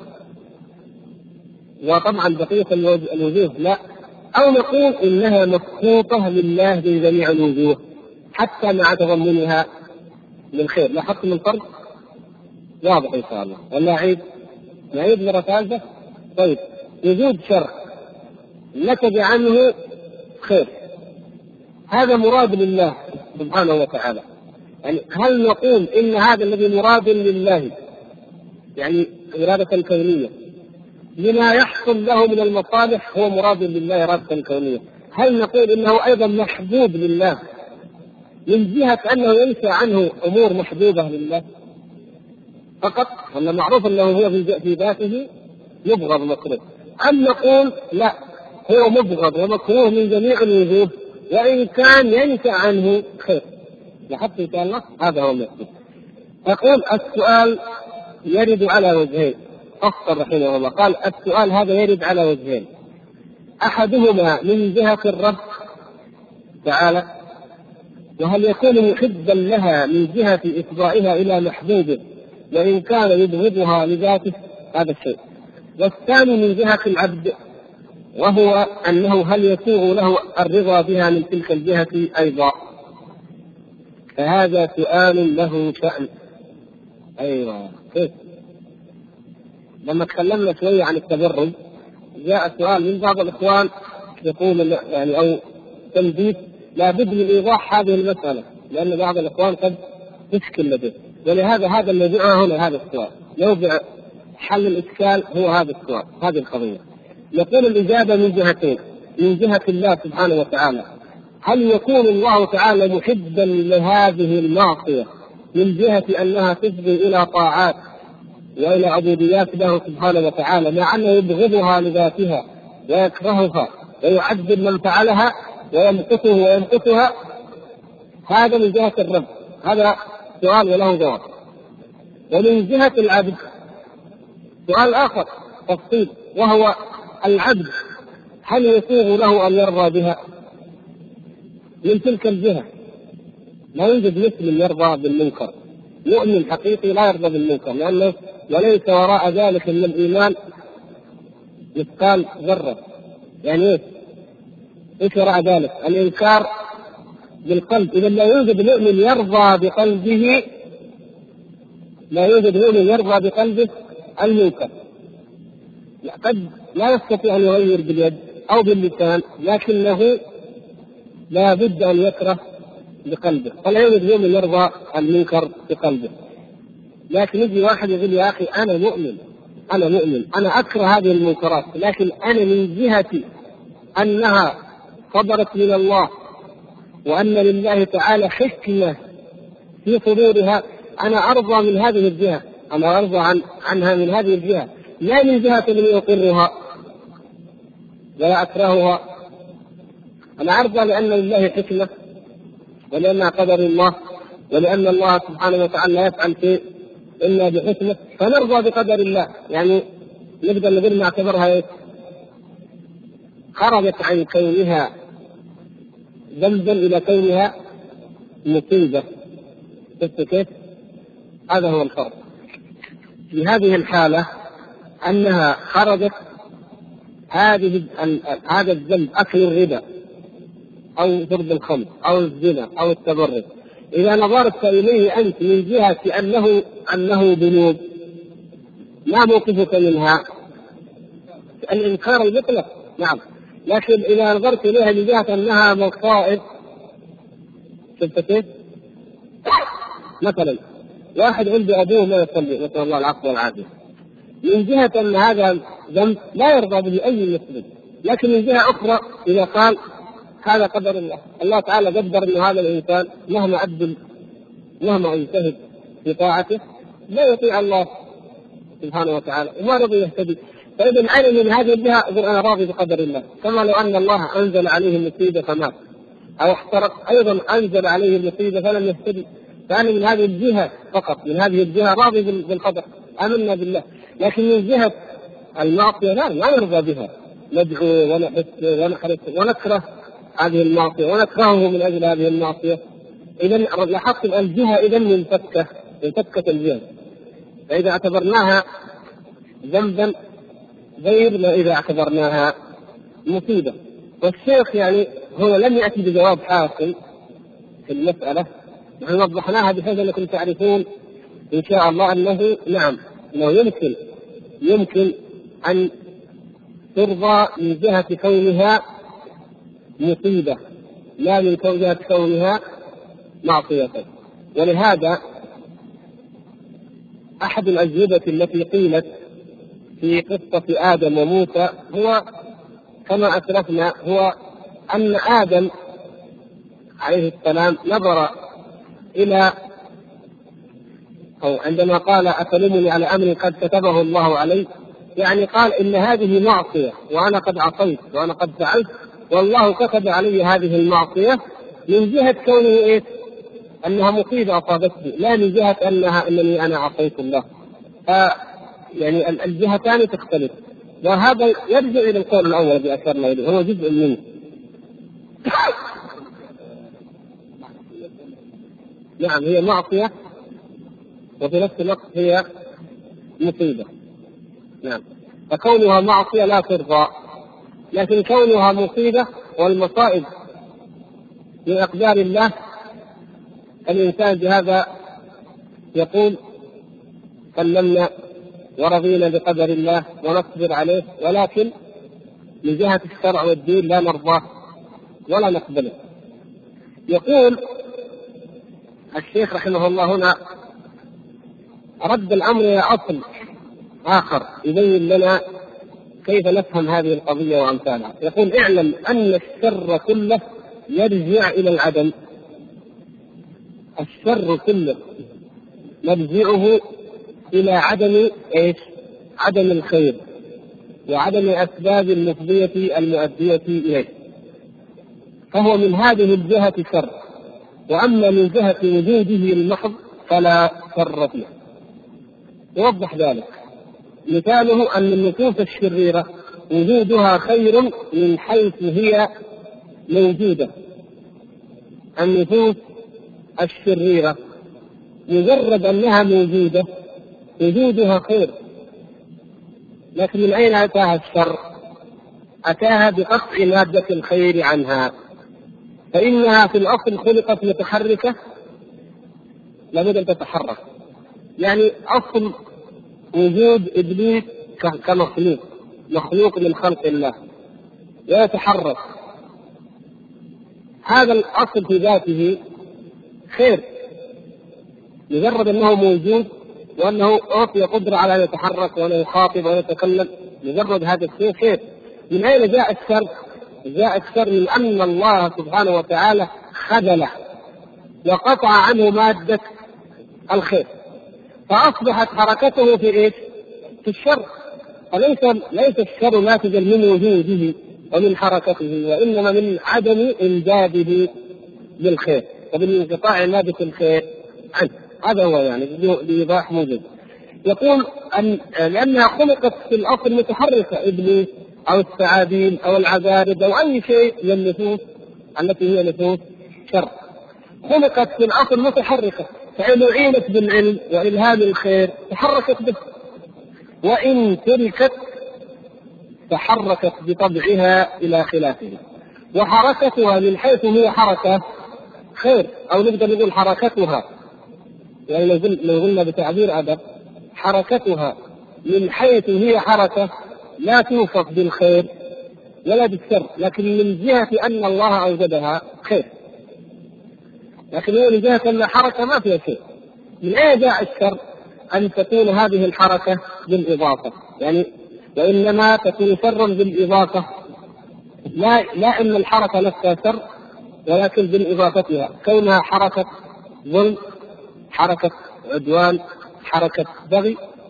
وطبعا بقية الوجوه لا؟ أو نقول إنها مسقوطة لله من جميع الوجوه حتى مع تضمنها للخير؟ لاحظتم الفرق؟ واضح إن شاء الله ولا عيد؟ نعيد مرة ثالثة؟ طيب، وجود شر نتج عنه خير، هذا مراد لله سبحانه وتعالى. يعني هل نقول إن هذا الذي مراد لله، يعني إرادة كونية، لما يحصل له من المصالح هو مراد لله إرادة كونية، هل نقول إنه أيضا محبوب لله من جهة أنه ينشأ عنه أمور محبوبة لله فقط، ولا معروف أنه هو في ذاته يبغض مكروه؟ أم نقول لا، هو مبغض ومكروه من جميع الوجوه وإن كان ينشأ عنه خير؟ لاحظت إن شاء الله هذا هو المقصود. أقول السؤال يرد على وجهين. أفضل رحمه الله قال السؤال هذا يرد على وجهين، أحدهما من جهة الرب تعالى، وهل يكون محبا لها من جهة إفضائها إلى محبوبه وإن كان يبغضها لذاته، هذا الشيء. والثاني من جهة العبد، وهو أنه هل يسوغ له الرضا بها من تلك الجهة أيضا؟ فهذا سؤال له شأن. أيوة، كيف؟ لما تكلمنا شوية عن التبرج جاء سؤال من بعض الإخوان يقول يعني أو تنبيه لابد من إيضاح هذه المسألة، لأن بعض الإخوان قد تشكل لديه، ولهذا هذا الموضوع هنا هذا السؤال يوضع حل الإشكال هو هذا السؤال، هذه القضية. يقول الإجابة من جهتين، من جهة الله سبحانه وتعالى، هل يكون الله تعالى محبا لهذه المعصية من جهة أنها تفضي إلى طاعات وإلى عبوديات له سبحانه وتعالى، مع أنه يبغضها لذاتها ويكرهها ويعذب من فعلها ويمقته ويمقتها؟ هذا من جهة الرب، هذا سؤال وله جواب. ومن جهة العبد سؤال آخر تفصيل، وهو العبد هل يسوغ له أن يرضى بها من تلك الجهة؟ لا يوجد مسلم يرضى بالمنكر، مؤمن حقيقي لا يرضى بالمنكر، لأنه وليس وراء ذلك من الإيمان مثقال ذرة. يعني إيش وراء ذلك؟ الإنكار بالقلب. إذا لا يوجد مؤمن يرضى بقلبه، لا يوجد مؤمن يرضى بقلبه المنكر. قد لا يستطيع أن يغير باليد أو باللسان، لكنه لا بد أن يكره بقلبه، فلا يوجد مؤمن يرضى المنكر بقلبه. لكن يجي واحد يقول يا أخي أنا مؤمن أنا أكره هذه المنكرات، لكن أنا من جهة أنها صدرت من الله وأن لله تعالى حكمة في صدورها، أنا أرضى من هذه الجهة، أنا أرضى عنها من هذه الجهة، لا من جهة من يقرها ولا أكرهها. أنا أرضى لأن لله حكمة ولأنها قدر الله، ولأن الله سبحانه وتعالى لا يفعل شيء إلا بحكمة، فنرضى بقدر الله. يعني نقدر نقول نعتبرها خرجت عن كونها ذنبا إلى كونها مصيبة. شفت كيف؟ هذا هو الفرق. في هذه الحالة أنها خرجت هذا الذنب أكل الربا أو شرب الخمر أو الزنا أو التبرج، إذا نظرت إليه أنت من جهة أنه ذنوب ما موقفك منها؟ الإنكار المطلق، نعم، لكن إذا نظرت إليها من جهة أنها مصائب، شفت كيف؟ مثلا واحد عنده أبوه ما يصلي، نسأل الله العفو والعافية، من جهة أن هذا ذنب لا يرضى به أي مسلم، لكن من جهة أخرى إذا قال هذا قدر الله، الله تعالى قدر أن هذا الإنسان مهما يجتهد في طاعته لا يطيع الله سبحانه وتعالى وما رضي يهتدي. فإذا أين من هذه الجهة يقول أنا راضي بقدر الله، كما لو أن الله أنزل عليه المصيبة فمات أو احترق أيضا أنزل عليه المصيبة فلم يهتدي، فأنا من هذه الجهة فقط، من هذه الجهة راضي بالقدر، آمنا بالله. لكن من جهة المعصية لا نرضى بها، ندعو ونحث ونحرص ونكره هذه المعصية ونكرهه من أجل هذه المعصية. إذا لاحظت الجهة إذا منفكة الجهة، فإذا اعتبرناها ذنبا غير ما إذا اعتبرناها مصيبة. والشيخ يعني هو لم يأتي بجواب حاصل في المسألة، نحن وضحناها بحيث أنكم تعرفون إن شاء الله أنه نعم أنه يمكن أن ترضى من جهة كونها مصيبة لا من جهة كونها معصية. ولهذا أحد الأجوبة التي قيلت في قصة آدم وموسى هو كما أسلفنا، هو أن آدم عليه السلام نظر إلى أو عندما قال أتلمني على أمر قد كتبه الله علي، يعني قال إن هذه معصية وأنا قد عصيت وأنا قد فعلت والله كتب علي هذه المعصية، من جهة كونه إيه؟ أنها مصيبة أصابتني، لا من جهة أنني أنا عصيت الله. يعني الجهتان تختلف، وهذا يرجع إلى القول الأول الذي أشرنا إليه، هو جزء منه. نعم هي معصية وفي نفس الوقت هي مصيبة. نعم فكونها معصية لا ترضى، لكن كونها مصيبة والمصائب من أقدار الله الإنسان بهذا يقول سلمنا ورضينا بقدر الله ونصبر عليه، ولكن من جهة الشرع والدين لا نرضاه ولا نقبله. يقول الشيخ رحمه الله هنا رد الأمر إلى أصل آخر يبين لنا كيف نفهم هذه القضية وأمثالها. يقول اعلم أن الشر كله يرجع إلى العدم، الشر كله مرجعه إلى عدم إيش؟ عدم الخير وعدم الأسباب المفضية المؤدية إليه، فهو من هذه الجهة شر. وأما من جهة وجوده المحض فلا شر فيه. يوضح ذلك مثاله أن النفوس الشريرة وجودها خير من حيث هي موجودة. النفوس الشريرة مجرد أنها موجودة وجودها خير، لكن من أين أتاها الشر؟ أتاها بقطع مادة الخير عنها، فإنها في الأصل خلقت متحركة لابد أن تتحرك. يعني أصل وجود إبليس مخلوق من خلق الله ويتحرك، هذا الأصل في ذاته خير، مجرد أنه موجود وأنه أعطي قدرة على أن يتحرك وأن يخاطب ويتكلم، مجرد هذا الشيء خير. من أين جاء الشر؟ جاء الشر من أن الله سبحانه وتعالى خذله وقطع عنه مادة الخير، فأصبحت حركته في إيش؟ في الشر. فليس الشر ناتجا من وجوده ومن حركته، وإنما من عدم إمداده بالخير وبالانقطاع مادة الخير عنه. هذا هو يعني بإيضاح موجز. يقول أن لأنها خلقت في الأصل متحركة، إبليس أو الثعابين أو العذارب أو أي شيء من النفوس التي هي نفوس شر، خلقت في الأصل متحركة، فإن أعينت بالعلم وإلهام الخير تحركت به، وإن تركت تحركت بطبعها إلى خلافه. وحركتها من حيث هي حركة خير، أو نقدر نقول حركتها، يعني لو قلنا بتعبير أدب حركتها من حيث هي حركة لا توصف بالخير ولا بالشر، لكن من جهة أن الله أوجدها خير، لكن هو من جهة أن حركة ما فيها شيء. من أين جاء الشر؟ أن تكون هذه الحركة بالإضافة، يعني وإنما تكون شرا بالإضافة، لا أن الحركة نفسها شر، ولكن بالإضافتها، كونها حركة ظلم، حركة عدوان، حركة بغي،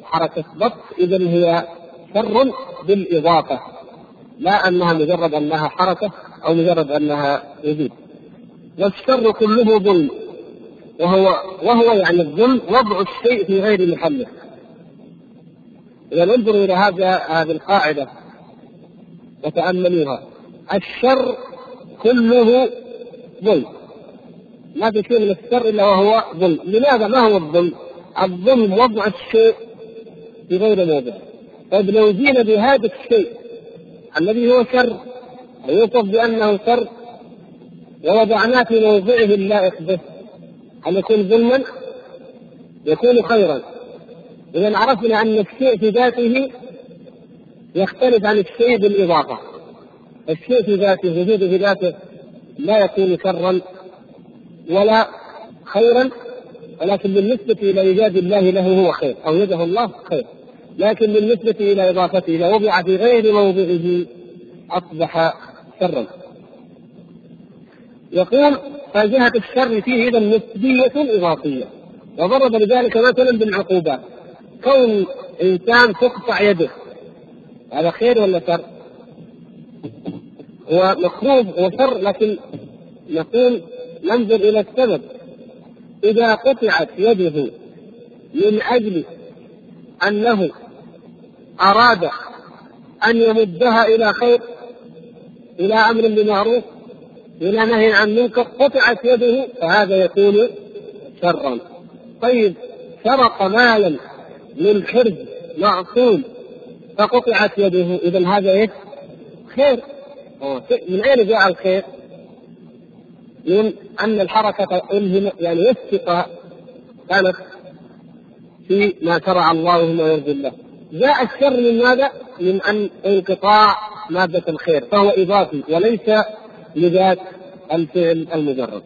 حركة بط إذا هي شر بالإضافة، لا أنها مجرد أنها حركة أو مجرد أنها وجود. والشر كله ظلم، وهو يعني الظلم وضع الشيء في غير محله. إذا ننظر إلى هذه القاعدة وتأملوها، الشر كله ظلم، ما في شيء من الشر إلا وهو ظلم. لماذا؟ ما هو الظلم؟ الظلم وضع الشيء في غير موضعه. طيب لو جينا بهذا الشيء الذي هو شر ويوصف بأنه شر ووضعناه في موضعه اللائق به، هل يكون ظلما؟ يكون خيرا. إذا عرفنا أن الشيء في ذاته يختلف عن الشيء بالإضافة. الشيء في ذاته وجوده في ذاته لا يكون شرا ولا خيرا، ولكن بالنسبة إلى إيجاد الله له هو خير، أو يده الله خير. لكن بالنسبة إلى إضافته إذا وضع في غير موضعه أصبح شرا. يقول فجهة الشر فيه إذا نسبية إضافية، وضرب لذلك مثلا بالعقوبات. كون إنسان تقطع يده هذا خير ولا شر؟ هو مكروه وشر، لكن نقول ننظر إلى السبب. إذا قطعت يده من أجل أنه أراد أن يمدها إلى خير، إلى أمر بمعروف، إلى نهي عن منكر، قطعت يده، فهذا يكون شرا. طيب سرق مالا من حرز معصوم فقطعت يده، إذن هذا إيه؟ خير. من أين جاء الخير؟ من أن الحركة يعني وفق كانت في ما شرع الله وما يرضي الله. جاء الشر من ماذا؟ من أن انقطاع مادة الخير، فهو إضافي وليس لذات الفعل المجرد.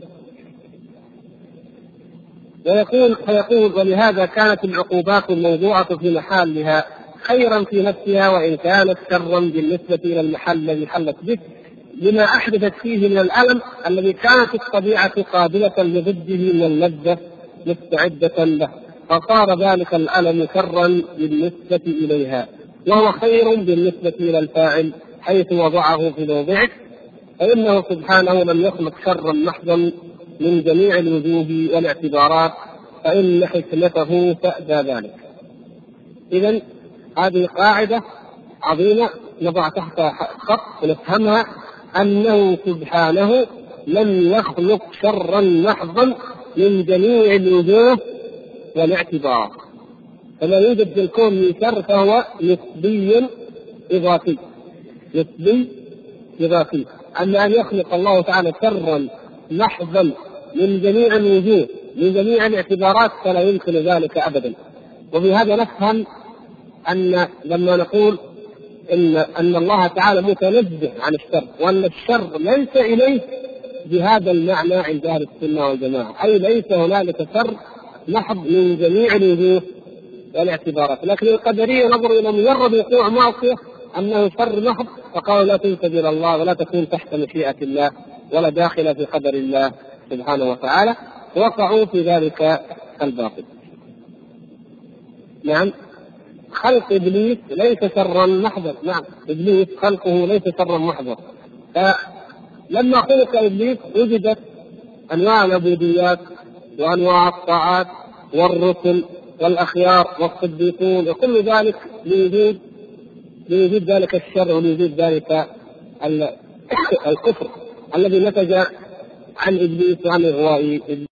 فيقول ولهذا كانت العقوبات الموضوعة في محلها خيرا في نفسها وإن كانت شرا بالنسبة إلى المحل الذي حلت به، لما أحدثت فيه من الألم الذي كانت الطبيعة قابلة لضده من اللذة مستعدة له، فصار ذلك الألم شرا بالنسبة إليها، وهو خير بالنسبة إلى الفاعل حيث وضعه في موضعه، فإنه سبحانه لم يخلق شرا محضا من جميع الوجوه والاعتبارات، فإن حكمته تأبى ذلك. إذن هذه قاعدة عظيمة نضع تحتها خط ونفهمها، أنه سبحانه لم يخلق شرا محضا من جميع الوجوه والاعتبارات، فلا يوجد في الكون من شر، فهو نسبي إضافي. نسبي إضافي. أما أن يخلق الله تعالى شرا محضا من جميع الوجوه من جميع الاعتبارات فلا يمكن ذلك أبدا. وبهذا نفهم أن لما نقول إن الله تعالى متنزه عن الشر، وأن الشر ليس إليه بهذا المعنى عند أهل السنة والجماعة، أي ليس هنالك شر محض من جميع الوجوه والاعتبارات. لكن القدرية نظروا إلى مجرد وقوع معصية أنه شر محض، فقالوا لا تنسب إلى الله ولا تكون تحت مشيئة الله ولا داخل في قدر الله سبحانه وتعالى، وقعوا في ذلك الباطل. نعم، خلق إبليس ليس شرا محضا. نعم، إبليس خلقه ليس شرا محضا. فلما خلق إبليس وجدت أنواع العبوديات وأنواع الطاعات والرسل والأخيار والصديقون، وكل ذلك لوجود ذلك الشر ولوجود ذلك الكفر الذي نتج عن إبليس وعن إغواء إبليس.